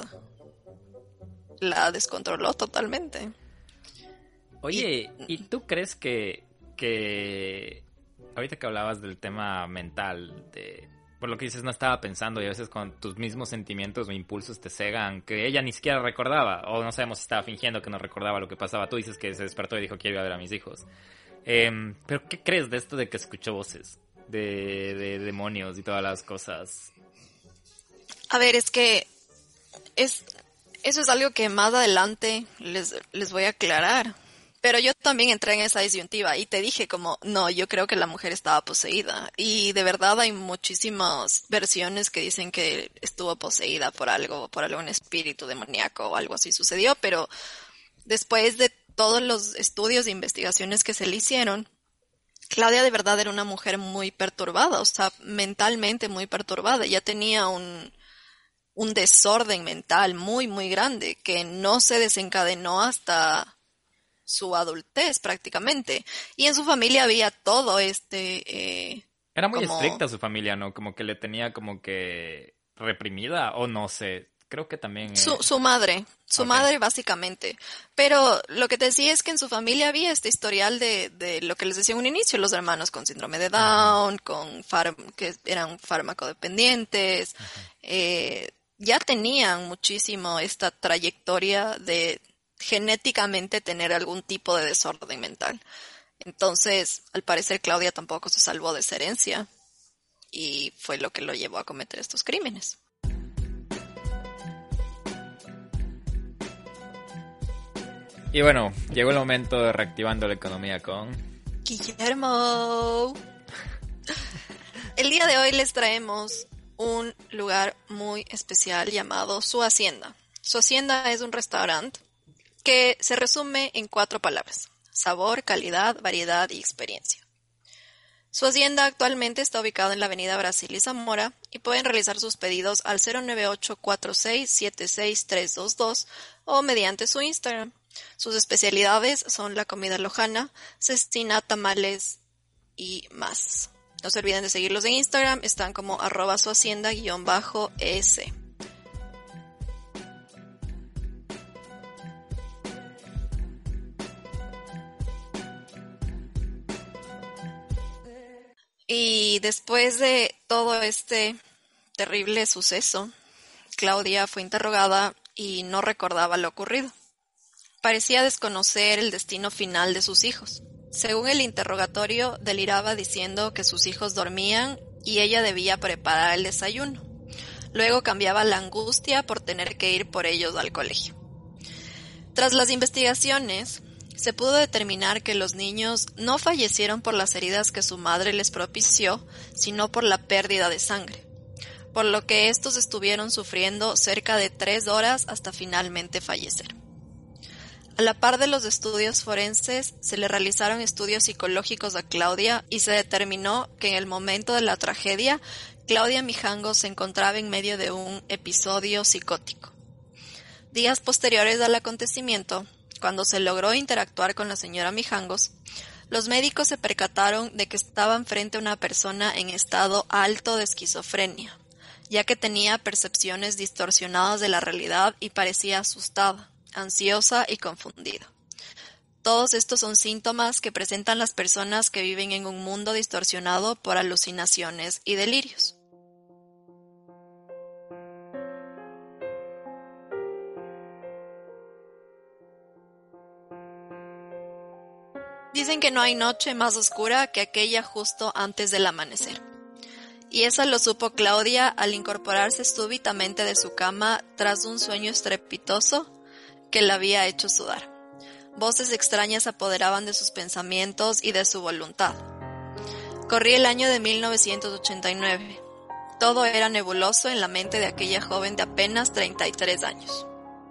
la descontroló totalmente. Oye, ¿y, ¿y tú crees que, que ahorita que hablabas del tema mental, de por lo que dices, no estaba pensando, y a veces con tus mismos sentimientos o impulsos te cegan, que ella ni siquiera recordaba, o no sabemos si estaba fingiendo que no recordaba lo que pasaba? Tú dices que se despertó y dijo quiero ir a ver a mis hijos. Eh, pero ¿qué crees de esto de que escuchó voces de, de demonios y todas las cosas? A ver, es que es eso es algo que más adelante les, les voy a aclarar. Pero yo también entré en esa disyuntiva y te dije como, no, yo creo que la mujer estaba poseída. Y de verdad hay muchísimas versiones que dicen que estuvo poseída por algo, por algún espíritu demoníaco o algo así sucedió. Pero después de todos los estudios e investigaciones que se le hicieron, Claudia de verdad era una mujer muy perturbada, o sea, mentalmente muy perturbada. Ya tenía un, un desorden mental muy, muy grande que no se desencadenó hasta su adultez prácticamente. Y en su familia había todo este... Eh, Era muy como... estricta su familia, ¿no? Como que le tenía como que reprimida, o no sé. Creo que también... Eh... Su, su madre, su okay. madre básicamente. Pero lo que te decía es que en su familia había este historial de, de lo que les decía en un inicio, los hermanos con síndrome de Down, uh-huh. con far- que eran farmacodependientes. Uh-huh. Eh, ya tenían muchísimo esta trayectoria de genéticamente tener algún tipo de desorden mental. Entonces, al parecer Claudia tampoco se salvó de esa herencia y fue lo que lo llevó a cometer estos crímenes. Y bueno, llegó el momento de reactivando la economía con... Guillermo. El día de hoy les traemos un lugar muy especial llamado Su Hacienda. Su Hacienda es un restaurante que se resume en cuatro palabras: sabor, calidad, variedad y experiencia. Su hacienda actualmente está ubicada en la avenida Brasil y Zamora y pueden realizar sus pedidos al cero nueve ocho cuatro seis siete seis tres dos dos o mediante su Instagram. Sus especialidades son la comida lojana, cecina, tamales y más. No se olviden de seguirlos en Instagram, están como arroba su hacienda guión bajo es. Y después de todo este terrible suceso, Claudia fue interrogada y no recordaba lo ocurrido. Parecía desconocer el destino final de sus hijos. Según el interrogatorio, deliraba diciendo que sus hijos dormían y ella debía preparar el desayuno. Luego cambiaba la angustia por tener que ir por ellos al colegio. Tras las investigaciones, se pudo determinar que los niños no fallecieron por las heridas que su madre les propició, sino por la pérdida de sangre, por lo que estos estuvieron sufriendo cerca de tres horas hasta finalmente fallecer. A la par de los estudios forenses, se le realizaron estudios psicológicos a Claudia y se determinó que en el momento de la tragedia, Claudia Mijangos se encontraba en medio de un episodio psicótico. Días posteriores al acontecimiento, cuando se logró interactuar con la señora Mijangos, los médicos se percataron de que estaban frente a una persona en estado alto de esquizofrenia, ya que tenía percepciones distorsionadas de la realidad y parecía asustada, ansiosa y confundida. Todos estos son síntomas que presentan las personas que viven en un mundo distorsionado por alucinaciones y delirios. Dicen que no hay noche más oscura que aquella justo antes del amanecer. Y eso lo supo Claudia al incorporarse súbitamente de su cama tras un sueño estrepitoso que la había hecho sudar. Voces extrañas se apoderaban de sus pensamientos y de su voluntad. Corría el año de mil novecientos ochenta y nueve. Todo era nebuloso en la mente de aquella joven de apenas treinta y tres años.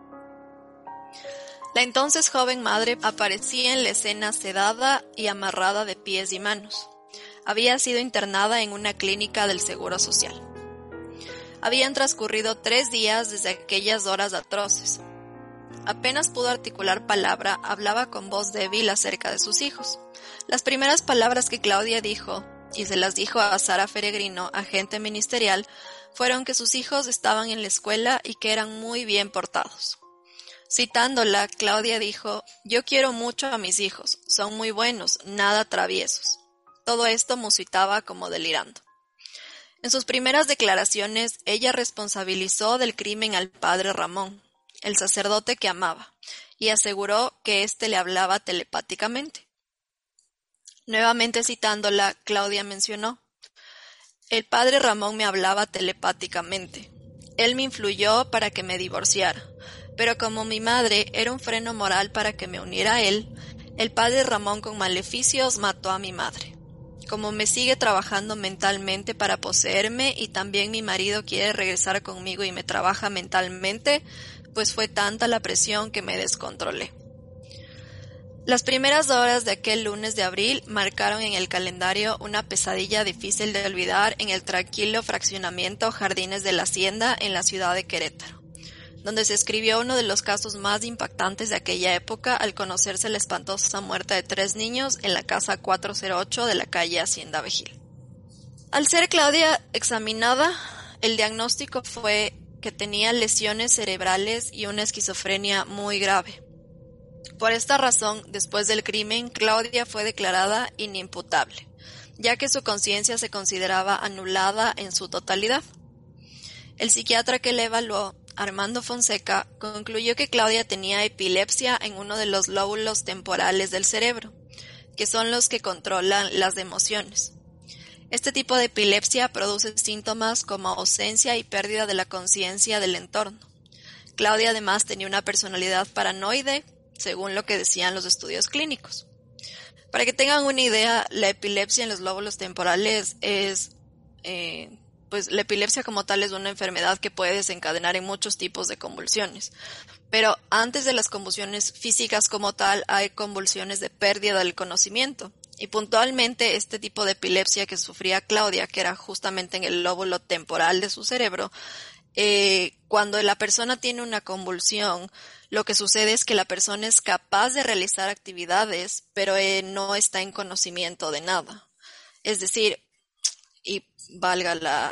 La entonces joven madre aparecía en la escena sedada y amarrada de pies y manos. Había sido internada en una clínica del Seguro Social. Habían transcurrido tres días desde aquellas horas atroces. Apenas pudo articular palabra, hablaba con voz débil acerca de sus hijos. Las primeras palabras que Claudia dijo, y se las dijo a Sara Feregrino, agente ministerial, fueron que sus hijos estaban en la escuela y que eran muy bien portados. Citándola, Claudia dijo: «Yo quiero mucho a mis hijos, son muy buenos, nada traviesos». Todo esto musitaba como delirando. En sus primeras declaraciones, ella responsabilizó del crimen al padre Ramón, el sacerdote que amaba, y aseguró que éste le hablaba telepáticamente. Nuevamente citándola, Claudia mencionó: «El padre Ramón me hablaba telepáticamente. Él me influyó para que me divorciara, pero como mi madre era un freno moral para que me uniera a él, el padre Ramón con maleficios mató a mi madre. Como me sigue trabajando mentalmente para poseerme y también mi marido quiere regresar conmigo y me trabaja mentalmente, pues fue tanta la presión que me descontrolé». Las primeras horas de aquel lunes de abril marcaron en el calendario una pesadilla difícil de olvidar en el tranquilo fraccionamiento Jardines de la Hacienda en la ciudad de Querétaro, donde se escribió uno de los casos más impactantes de aquella época al conocerse la espantosa muerte de tres niños en la casa cuatrocientos ocho de la calle Hacienda Vejil. Al ser Claudia examinada, el diagnóstico fue que tenía lesiones cerebrales y una esquizofrenia muy grave. Por esta razón, después del crimen, Claudia fue declarada inimputable, ya que su conciencia se consideraba anulada en su totalidad. El psiquiatra que la evaluó, Armando Fonseca, concluyó que Claudia tenía epilepsia en uno de los lóbulos temporales del cerebro, que son los que controlan las emociones. Este tipo de epilepsia produce síntomas como ausencia y pérdida de la conciencia del entorno. Claudia además tenía una personalidad paranoide, según lo que decían los estudios clínicos. Para que tengan una idea, la epilepsia en los lóbulos temporales es, eh, pues la epilepsia como tal es una enfermedad que puede desencadenar en muchos tipos de convulsiones. Pero antes de las convulsiones físicas como tal, hay convulsiones de pérdida del conocimiento. Y puntualmente este tipo de epilepsia que sufría Claudia, que era justamente en el lóbulo temporal de su cerebro, eh, cuando la persona tiene una convulsión, lo que sucede es que la persona es capaz de realizar actividades, pero eh, no está en conocimiento de nada. Es decir, y valga la,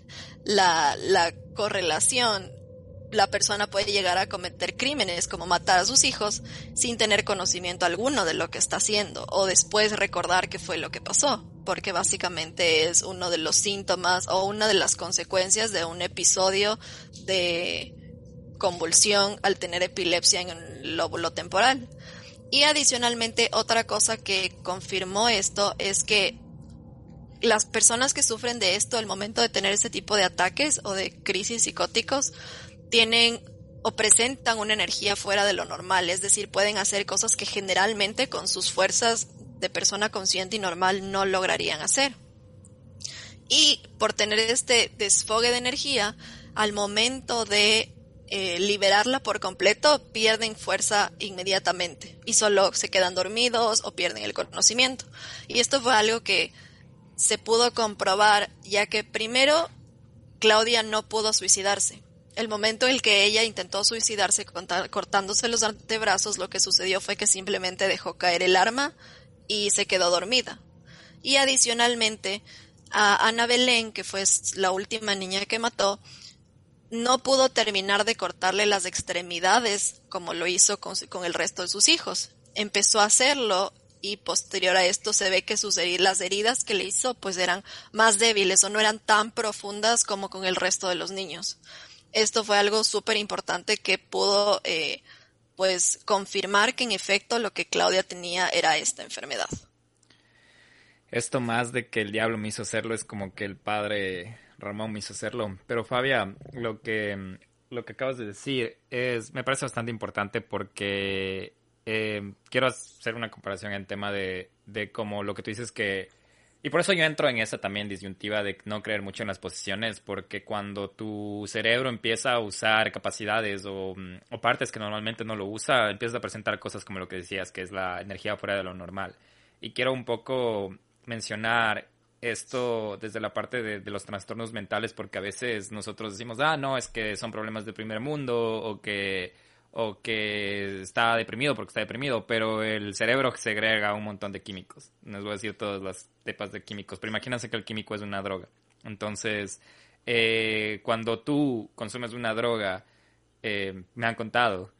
la, la correlación, la persona puede llegar a cometer crímenes como matar a sus hijos sin tener conocimiento alguno de lo que está haciendo o después recordar qué fue lo que pasó, porque básicamente es uno de los síntomas o una de las consecuencias de un episodio de convulsión al tener epilepsia en el lóbulo temporal. Y adicionalmente, otra cosa que confirmó esto es que las personas que sufren de esto al momento de tener este tipo de ataques o de crisis psicóticos tienen o presentan una energía fuera de lo normal, es decir, pueden hacer cosas que generalmente con sus fuerzas de persona consciente y normal no lograrían hacer. Y por tener este desfogue de energía, al momento de eh, liberarla por completo, pierden fuerza inmediatamente y solo se quedan dormidos o pierden el conocimiento. Y esto fue algo que se pudo comprobar, ya que primero Claudia no pudo suicidarse. El momento en el que ella intentó suicidarse cortándose los antebrazos, lo que sucedió fue que simplemente dejó caer el arma y se quedó dormida. Y adicionalmente, a Ana Belén, que fue la última niña que mató, no pudo terminar de cortarle las extremidades como lo hizo con, con el resto de sus hijos. Empezó a hacerlo y posterior a esto se ve que sus heridas, las heridas que le hizo pues eran más débiles o no eran tan profundas como con el resto de los niños. Esto fue algo súper importante que pudo eh, pues confirmar que en efecto lo que Claudia tenía era esta enfermedad. Esto más de que el diablo me hizo hacerlo es como que el padre Ramón me hizo hacerlo. Pero Fabia, lo que, lo que acabas de decir es, me parece bastante importante porque eh, quiero hacer una comparación en tema de, de como lo que tú dices que... Y por eso yo entro en esa también disyuntiva de no creer mucho en las posiciones, porque cuando tu cerebro empieza a usar capacidades o, o partes que normalmente no lo usa, empiezas a presentar cosas como lo que decías, que es la energía fuera de lo normal. Y quiero un poco mencionar esto desde la parte de, de los trastornos mentales, porque a veces nosotros decimos, ah, no, es que son problemas de primer mundo, o que, o que está deprimido porque está deprimido, pero el cerebro segrega un montón de químicos. No les voy a decir todas las tipas de químicos, pero imagínense que el químico es una droga. Entonces, eh, cuando tú consumes una droga, eh, me han contado,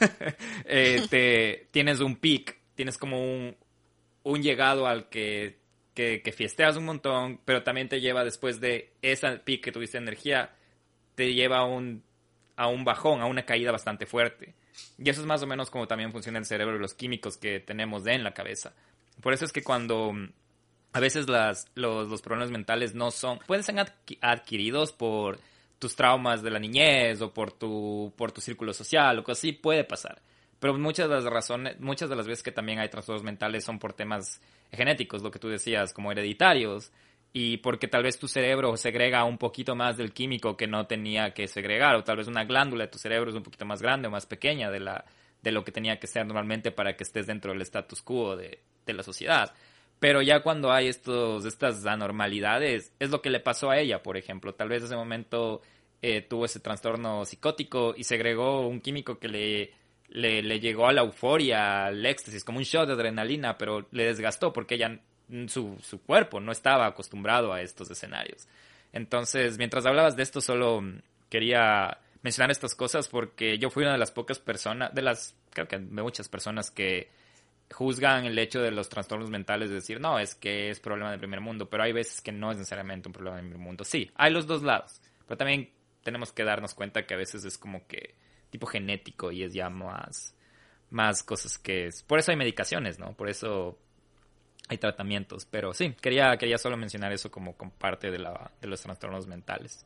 eh, te, tienes un pic, tienes como un, un llegado al que Que, que fiesteas un montón, pero también te lleva después de esa pic que tuviste de energía, te lleva a un, a un bajón, a una caída bastante fuerte. Y eso es más o menos como también funciona el cerebro y los químicos que tenemos en la cabeza. Por eso es que cuando a veces las, los, los problemas mentales no son, pueden ser adqu- adquiridos por tus traumas de la niñez o por tu, por tu círculo social o cosas así, puede pasar. Pero muchas de las razones, muchas de las veces que también hay trastornos mentales son por temas genéticos, lo que tú decías, como hereditarios, y porque tal vez tu cerebro segrega un poquito más del químico que no tenía que segregar, o tal vez una glándula de tu cerebro es un poquito más grande o más pequeña de la de lo que tenía que ser normalmente para que estés dentro del status quo de, de la sociedad. Pero ya cuando hay estos estas anormalidades, es lo que le pasó a ella, por ejemplo. Tal vez en ese momento eh, tuvo ese trastorno psicótico y segregó un químico que le Le, le llegó a la euforia, al éxtasis, como un shot de adrenalina, pero le desgastó porque ella, su, su cuerpo no estaba acostumbrado a estos escenarios. Entonces, mientras hablabas de esto, solo quería mencionar estas cosas porque yo fui una de las pocas personas, de las, creo que de muchas personas que juzgan el hecho de los trastornos mentales, de decir, no, es que es problema del primer mundo, pero hay veces que no es necesariamente un problema del primer mundo. Sí, hay los dos lados, pero también tenemos que darnos cuenta que a veces es como que tipo genético y es ya más, más cosas que es. Por eso hay medicaciones, ¿no? Por eso hay tratamientos. Pero sí, quería, quería solo mencionar eso como, como parte de, la, de los trastornos mentales.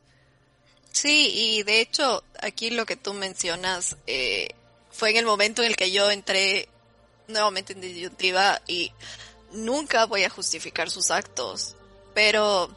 Sí, y de hecho, aquí lo que tú mencionas eh, fue en el momento en el que yo entré nuevamente en disyuntiva y nunca voy a justificar sus actos, pero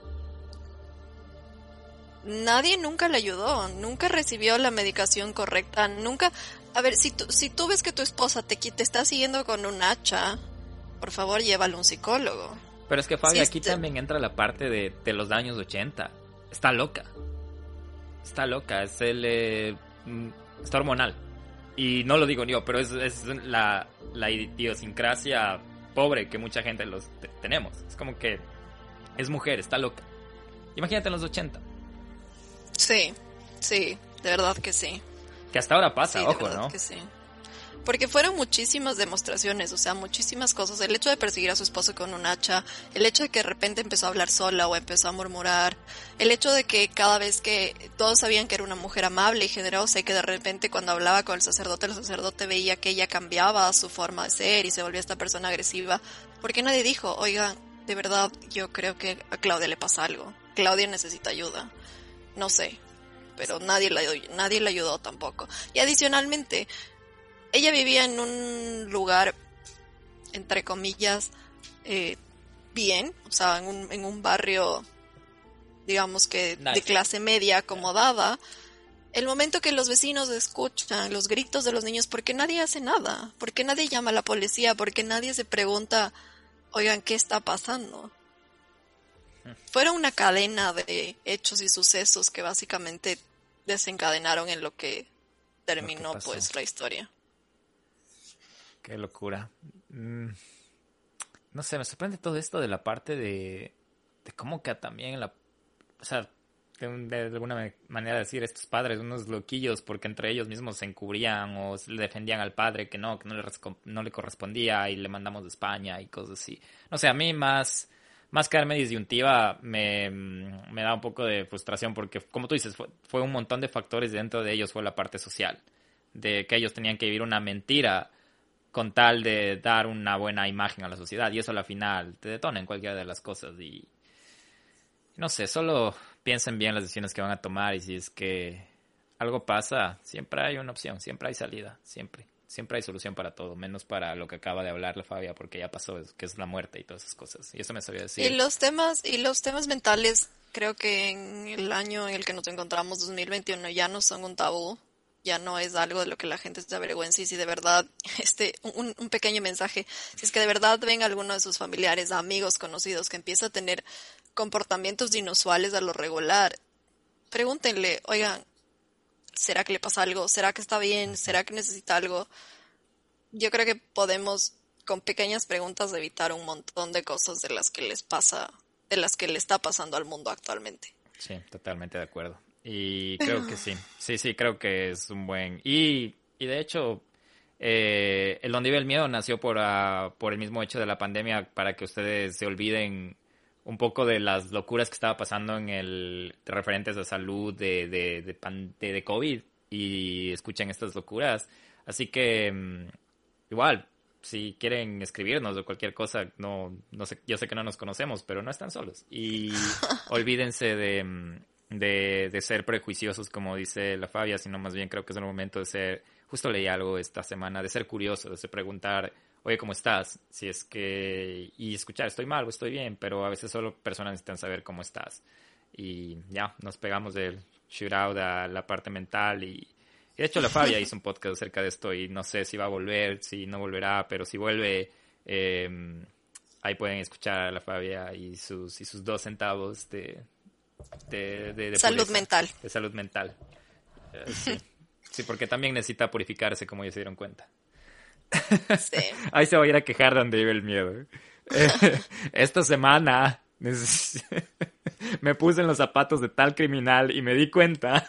nadie nunca le ayudó, nunca recibió la medicación correcta, nunca... A ver, si tú, si tú ves que tu esposa te, te está siguiendo con un hacha, por favor, llévalo a un psicólogo. Pero es que, Fabi, Sí, aquí este- también entra la parte de, de los años ochenta. Está loca. Está loca. Es el... eh, mm, está hormonal. Y no lo digo yo, pero es, es la, la idiosincrasia pobre que mucha gente los te- tenemos. Es como que es mujer, está loca. Imagínate en los ochenta. Sí, sí, de verdad que sí. Que hasta ahora pasa, Sí, de ojo, verdad ¿no? que sí. Porque fueron muchísimas demostraciones, o sea, muchísimas cosas. El hecho de perseguir a su esposo con un hacha, el hecho de que de repente empezó a hablar sola o empezó a murmurar, el hecho de que cada vez que todos sabían que era una mujer amable y generosa y que de repente cuando hablaba con el sacerdote, el sacerdote veía que ella cambiaba su forma de ser y se volvía esta persona agresiva. Porque nadie dijo, oigan, de verdad yo creo que a Claudia le pasa algo. Claudia necesita ayuda. No sé, pero nadie la, nadie la ayudó tampoco. Y adicionalmente, ella vivía en un lugar, entre comillas, eh, bien, o sea, en un, en un barrio, digamos que Nice. de clase media acomodada. El momento que los vecinos escuchan los gritos de los niños, ¿por qué nadie hace nada? ¿Por qué nadie llama a la policía? ¿Por qué nadie se pregunta, oigan, ¿qué está pasando? Fueron una cadena de hechos y sucesos que básicamente desencadenaron en lo que terminó, pasó. pues, la historia. Qué locura. Mm, no sé, me sorprende todo esto de la parte de, de cómo que también la... O sea, de, un- de alguna me- manera decir, estos padres, unos loquillos, porque entre ellos mismos se encubrían o le defendían al padre que no, que no le, resco- no le correspondía y le mandamos de España y cosas así. No sé, a mí más... Más quedarme disyuntiva me, me da un poco de frustración porque, como tú dices, fue, fue un montón de factores y dentro de ellos fue la parte social, de que ellos tenían que vivir una mentira con tal de dar una buena imagen a la sociedad y eso a la final te detona en cualquiera de las cosas y no sé, solo piensen bien las decisiones que van a tomar y si es que algo pasa, siempre hay una opción, siempre hay salida, siempre. Siempre hay solución para todo, menos para lo que acaba de hablar la Fabia, porque ya pasó, es- que es la muerte y todas esas cosas. Y eso me sabía Y decir. los temas, y los temas mentales, creo que en el año en el que nos encontramos, dos mil veintiuno, ya no son un tabú. ya no es algo de lo que la gente se avergüence. Y si de verdad, este, un, un pequeño mensaje, si es que de verdad ven alguno de sus familiares, amigos, conocidos, que empieza a tener comportamientos inusuales a lo regular, pregúntenle, oigan, ¿será que le pasa algo? ¿Será que está bien? ¿Será que necesita algo? Yo creo que podemos, con pequeñas preguntas, evitar un montón de cosas de las que les pasa, de las que le está pasando al mundo actualmente. Sí, totalmente de acuerdo. Y creo que sí. Sí, sí, creo que es un buen... Y, y de hecho, eh, El Donde Vive el Miedo nació por, uh, por el mismo hecho de la pandemia, para que ustedes se olviden un poco de las locuras que estaba pasando en el referentes a salud de, de, de, pan, de, de COVID, y escuchen estas locuras. Así que, um, igual, si quieren escribirnos o cualquier cosa, no, no sé, yo sé que no nos conocemos, pero no están solos. Y olvídense de, de, de ser prejuiciosos, como dice la Fabia, sino más bien creo que es el momento de ser, justo leí algo esta semana, de ser curioso, de preguntar, oye, ¿cómo estás? Si es que, y escuchar, estoy mal o estoy bien, pero a veces solo personas necesitan saber cómo estás. Y ya, nos pegamos del shootout a la parte mental. Y de hecho la Fabia hizo un podcast acerca de esto, y no sé si va a volver, si no volverá, pero si vuelve, eh, ahí pueden escuchar a la Fabia y sus, y sus dos centavos de, de, de, de salud pureza, mental. De salud mental. Uh, sí. Sí, porque también necesita purificarse, como ya se dieron cuenta. Sí. Ahí se va a ir a quejar Donde Vive el Miedo. Eh, esta semana me puse en los zapatos de tal criminal y me di cuenta.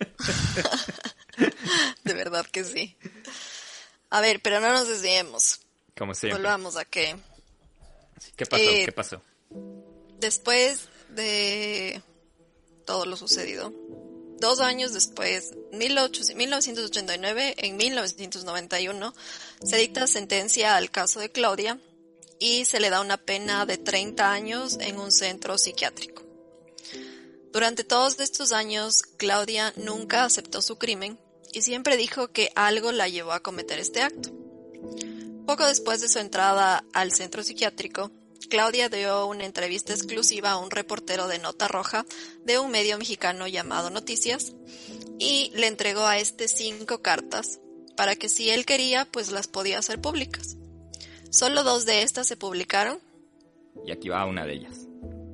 De verdad que sí. A ver, pero no nos desviemos. Como siempre. Volvamos a que... ¿Qué pasó? Eh, ¿Qué pasó? Después de todo lo sucedido, dos años después, mil novecientos ochenta y nueve, en mil novecientos noventa y uno, se dicta sentencia al caso de Claudia y se le da una pena de treinta años en un centro psiquiátrico. Durante todos estos años, Claudia nunca aceptó su crimen y siempre dijo que algo la llevó a cometer este acto. Poco después de su entrada al centro psiquiátrico, Claudia dio una entrevista exclusiva a un reportero de Nota Roja de un medio mexicano llamado Noticias, y le entregó a este cinco cartas para que si él quería, pues las podía hacer públicas. Solo dos de estas se publicaron. Y aquí va una de ellas.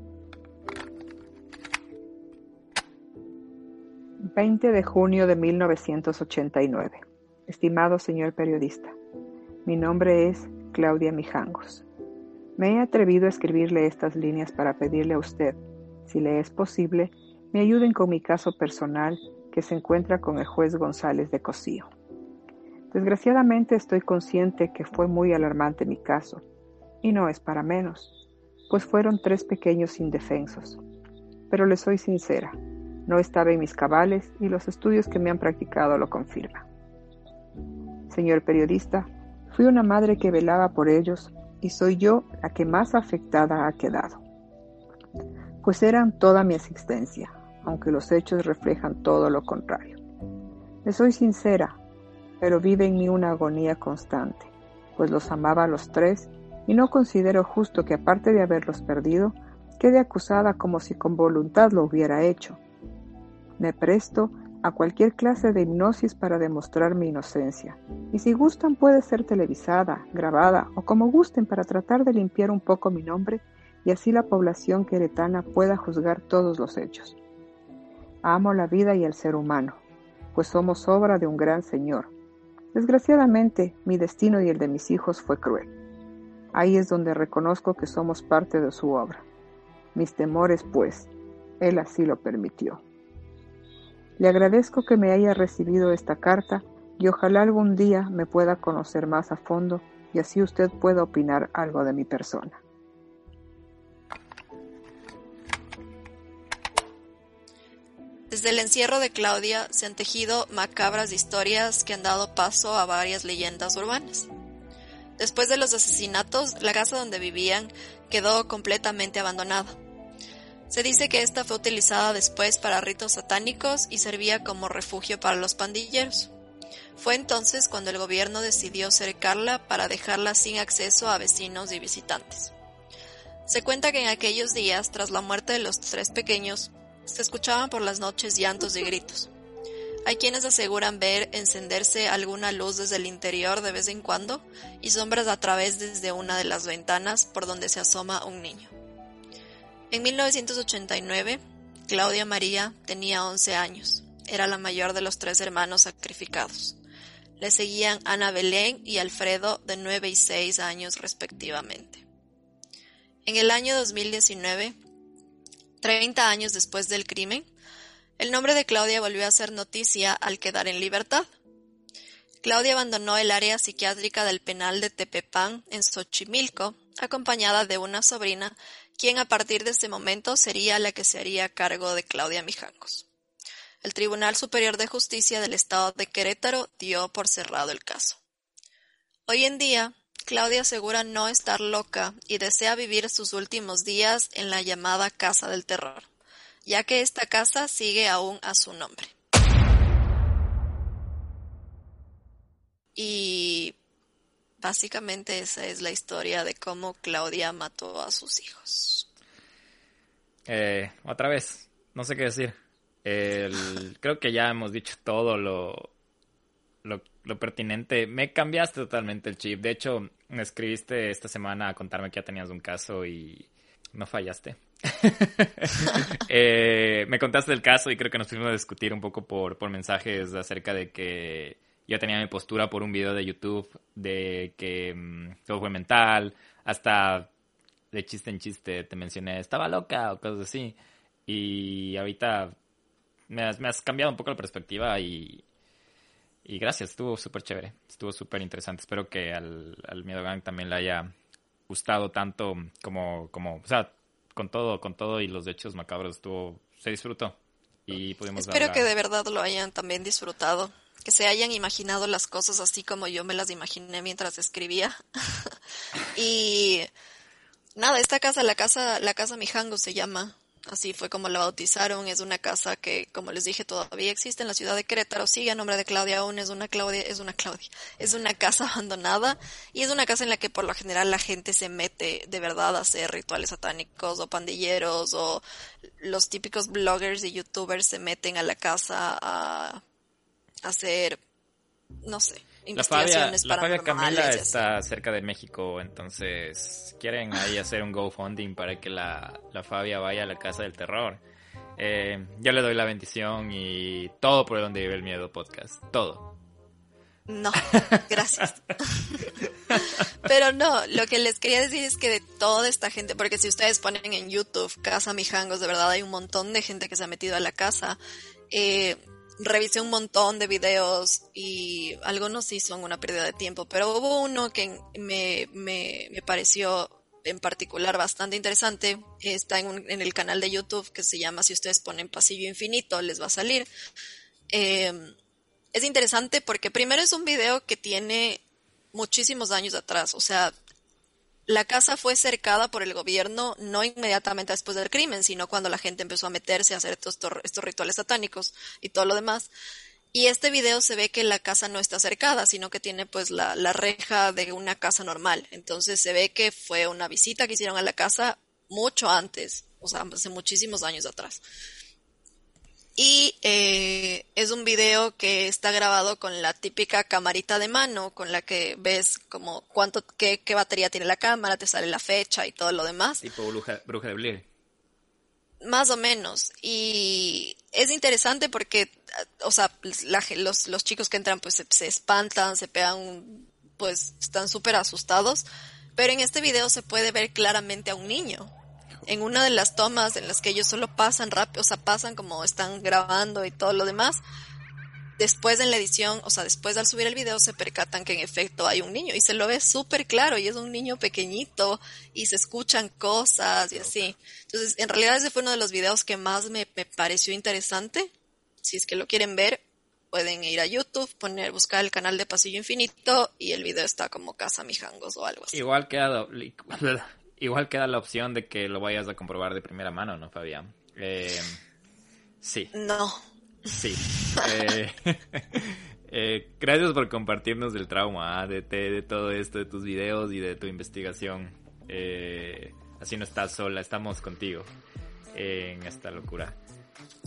veinte de junio de mil novecientos ochenta y nueve. Estimado señor periodista, mi nombre es Claudia Mijangos. Me he atrevido a escribirle estas líneas para pedirle a usted, si le es posible, me ayuden con mi caso personal que se encuentra con el juez González de Cosío. Desgraciadamente estoy consciente que fue muy alarmante mi caso, y no es para menos, pues fueron tres pequeños indefensos. Pero le soy sincera, no estaba en mis cabales y los estudios que me han practicado lo confirman. Señor periodista, fui una madre que velaba por ellos y soy yo la que más afectada ha quedado. Pues eran toda mi existencia, aunque los hechos reflejan todo lo contrario. Le soy sincera, pero vive en mí una agonía constante, pues los amaba a los tres y no considero justo que, aparte de haberlos perdido, quede acusada como si con voluntad lo hubiera hecho. Me presto a cualquier clase de hipnosis para demostrar mi inocencia, y si gustan puede ser televisada, grabada o como gusten, para tratar de limpiar un poco mi nombre y así la población queretana pueda juzgar todos los hechos. Amo la vida y al ser humano, pues somos obra de un gran Señor. Desgraciadamente, mi destino y el de mis hijos fue cruel. Ahí es donde reconozco que somos parte de su obra. Mis temores, pues, Él así lo permitió. Le agradezco que me haya recibido esta carta y ojalá algún día me pueda conocer más a fondo y así usted pueda opinar algo de mi persona. Desde el encierro de Claudia se han tejido macabras historias que han dado paso a varias leyendas urbanas. Después de los asesinatos, la casa donde vivían quedó completamente abandonada. Se dice que esta fue utilizada después para ritos satánicos y servía como refugio para los pandilleros. Fue entonces cuando el gobierno decidió cercarla para dejarla sin acceso a vecinos y visitantes. Se cuenta que en aquellos días, tras la muerte de los tres pequeños, se escuchaban por las noches llantos y gritos. Hay quienes aseguran ver encenderse alguna luz desde el interior de vez en cuando y sombras a través desde una de las ventanas por donde se asoma un niño. En mil novecientos ochenta y nueve, Claudia María tenía once años. Era la mayor de los tres hermanos sacrificados. Le seguían Ana Belén y Alfredo, de nueve y seis años respectivamente. En el año dos mil diecinueve, treinta años después del crimen, el nombre de Claudia volvió a ser noticia al quedar en libertad. Claudia abandonó el área psiquiátrica del penal de Tepepán, en Xochimilco, acompañada de una sobrina, quien a partir de ese momento sería la que se haría cargo de Claudia Mijangos. El Tribunal Superior de Justicia del Estado de Querétaro dio por cerrado el caso. Hoy en día, Claudia asegura no estar loca y desea vivir sus últimos días en la llamada Casa del Terror, ya que esta casa sigue aún a su nombre. Y básicamente esa es la historia de cómo Claudia mató a sus hijos. Eh, otra vez, no sé qué decir. El, creo que ya hemos dicho todo lo, lo, lo pertinente. Me cambiaste totalmente el chip. De hecho, me escribiste esta semana a contarme que ya tenías un caso y no fallaste. eh, me contaste el caso y creo que nos fuimos a discutir un poco por, por mensajes acerca de que yo tenía mi postura por un video de YouTube de que mmm, todo fue mental, hasta de chiste en chiste te mencioné estaba loca o cosas así, y ahorita me has, me has cambiado un poco la perspectiva y, y gracias, estuvo súper chévere, estuvo súper interesante. Espero que al, al Miedo Gang también le haya gustado tanto como, como, o sea, con todo, con todo y los hechos macabros estuvo, se disfrutó y pudimos Espero hablar. que de verdad lo hayan también disfrutado, que se hayan imaginado las cosas así como yo me las imaginé mientras escribía. Y nada, esta casa, la casa, la casa Mijangos se llama, así fue como la bautizaron. Es una casa que, como les dije, todavía existe en la ciudad de Querétaro, sigue a nombre de Claudia aún, es una Claudia, es una Claudia, es una casa abandonada y es una casa en la que por lo general la gente se mete de verdad a hacer rituales satánicos o pandilleros, o los típicos bloggers y youtubers se meten a la casa a hacer, no sé, investigaciones la Fabia, la Fabia Camila así. está cerca de México, entonces quieren ahí hacer un GoFundMe para que la, la Fabia vaya a la Casa del Terror. Eh, yo le doy la bendición y todo por donde vive el miedo podcast, todo. No, gracias. Pero no, lo que les quería decir es que de toda esta gente, porque si ustedes ponen en YouTube Casa Mijangos, de verdad hay un montón de gente que se ha metido a la casa. Eh, revisé un montón de videos y algunos sí son una pérdida de tiempo, pero hubo uno que me, me, me pareció en particular bastante interesante. Está en, un, en el canal de YouTube que se llama, si ustedes ponen Pasillo Infinito, les va a salir. Eh, es interesante porque primero es un video que tiene muchísimos años atrás, o sea, la casa fue cercada por el gobierno no inmediatamente después del crimen, sino cuando la gente empezó a meterse a hacer estos, estos rituales satánicos y todo lo demás. Y este video se ve que la casa no está cercada, sino que tiene pues la, la reja de una casa normal. Entonces se ve que fue una visita que hicieron a la casa mucho antes, o sea, hace muchísimos años atrás. Y eh, es un video que está grabado con la típica camarita de mano, con la que ves como cuánto, qué, qué batería tiene la cámara, te sale la fecha y todo lo demás. Tipo bruja, bruja de Blair. Más o menos. Y es interesante porque, o sea, la, los, los chicos que entran pues se, se espantan, se pegan, pues están súper asustados. Pero en este video se puede ver claramente a un niño. En una de las tomas en las que ellos solo pasan rápido, o sea, pasan como están grabando y todo lo demás, después en la edición, o sea, después al subir el video se percatan que en efecto hay un niño y se lo ve súper claro y es un niño pequeñito y se escuchan cosas y así. Entonces, en realidad ese fue uno de los videos que más me, me pareció interesante. Si es que lo quieren ver, pueden ir a YouTube, poner, buscar el canal de Pasillo Infinito y el video está como Casa Mijangos o algo así. Igual queda... Igual queda la opción de que lo vayas a comprobar de primera mano, ¿no, Fabián? Eh, sí. No. Sí. eh, eh, gracias por compartirnos del trauma, ¿eh? de, de, de todo esto, de tus videos y de tu investigación. Eh, así no estás sola, estamos contigo en esta locura.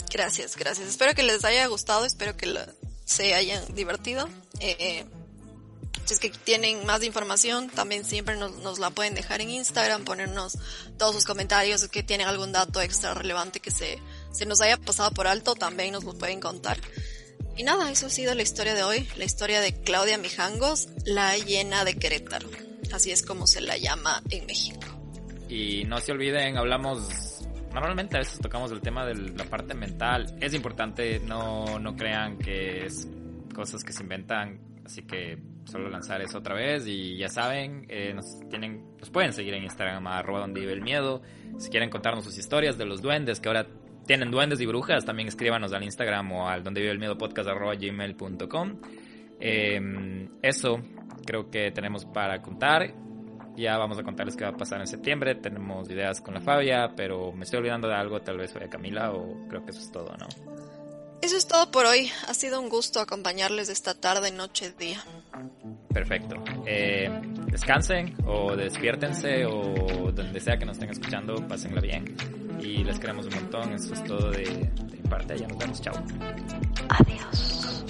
Gracias, gracias. Espero que les haya gustado, espero que la, se hayan divertido. Eh, si es que tienen más información, también siempre nos, nos la pueden dejar en Instagram, ponernos todos sus comentarios, que tienen algún dato extra relevante que se, se nos haya pasado por alto, también nos lo pueden contar. Y nada, eso ha sido la historia de hoy, la historia de Claudia Mijangos, la hiena de Querétaro. Así es como se la llama en México. Y no se olviden, hablamos, normalmente a veces tocamos el tema de la parte mental. Es importante, no, no crean que es cosas que se inventan, así que solo lanzar eso otra vez. Y ya saben, eh, nos, tienen, nos pueden seguir en Instagram, arroba donde vive el miedo. Si quieren contarnos sus historias de los duendes, que ahora tienen duendes y brujas, también escríbanos al Instagram o al donde vive el miedo podcast arroba gmail punto com. Eh, eso creo que tenemos para contar. Ya vamos a contarles qué va a pasar en septiembre. Tenemos ideas con la Fabia, pero me estoy olvidando de algo, tal vez fue Camila, o creo que eso es todo, ¿no? Eso es todo por hoy. Ha sido un gusto acompañarles esta tarde, noche, día. Perfecto. Eh, descansen o despiértense o donde sea que nos estén escuchando, pásenla bien. Y les queremos un montón. Eso es todo de, de mi parte. Ya nos vemos. Chao. Adiós.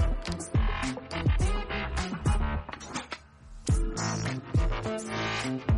Thank you.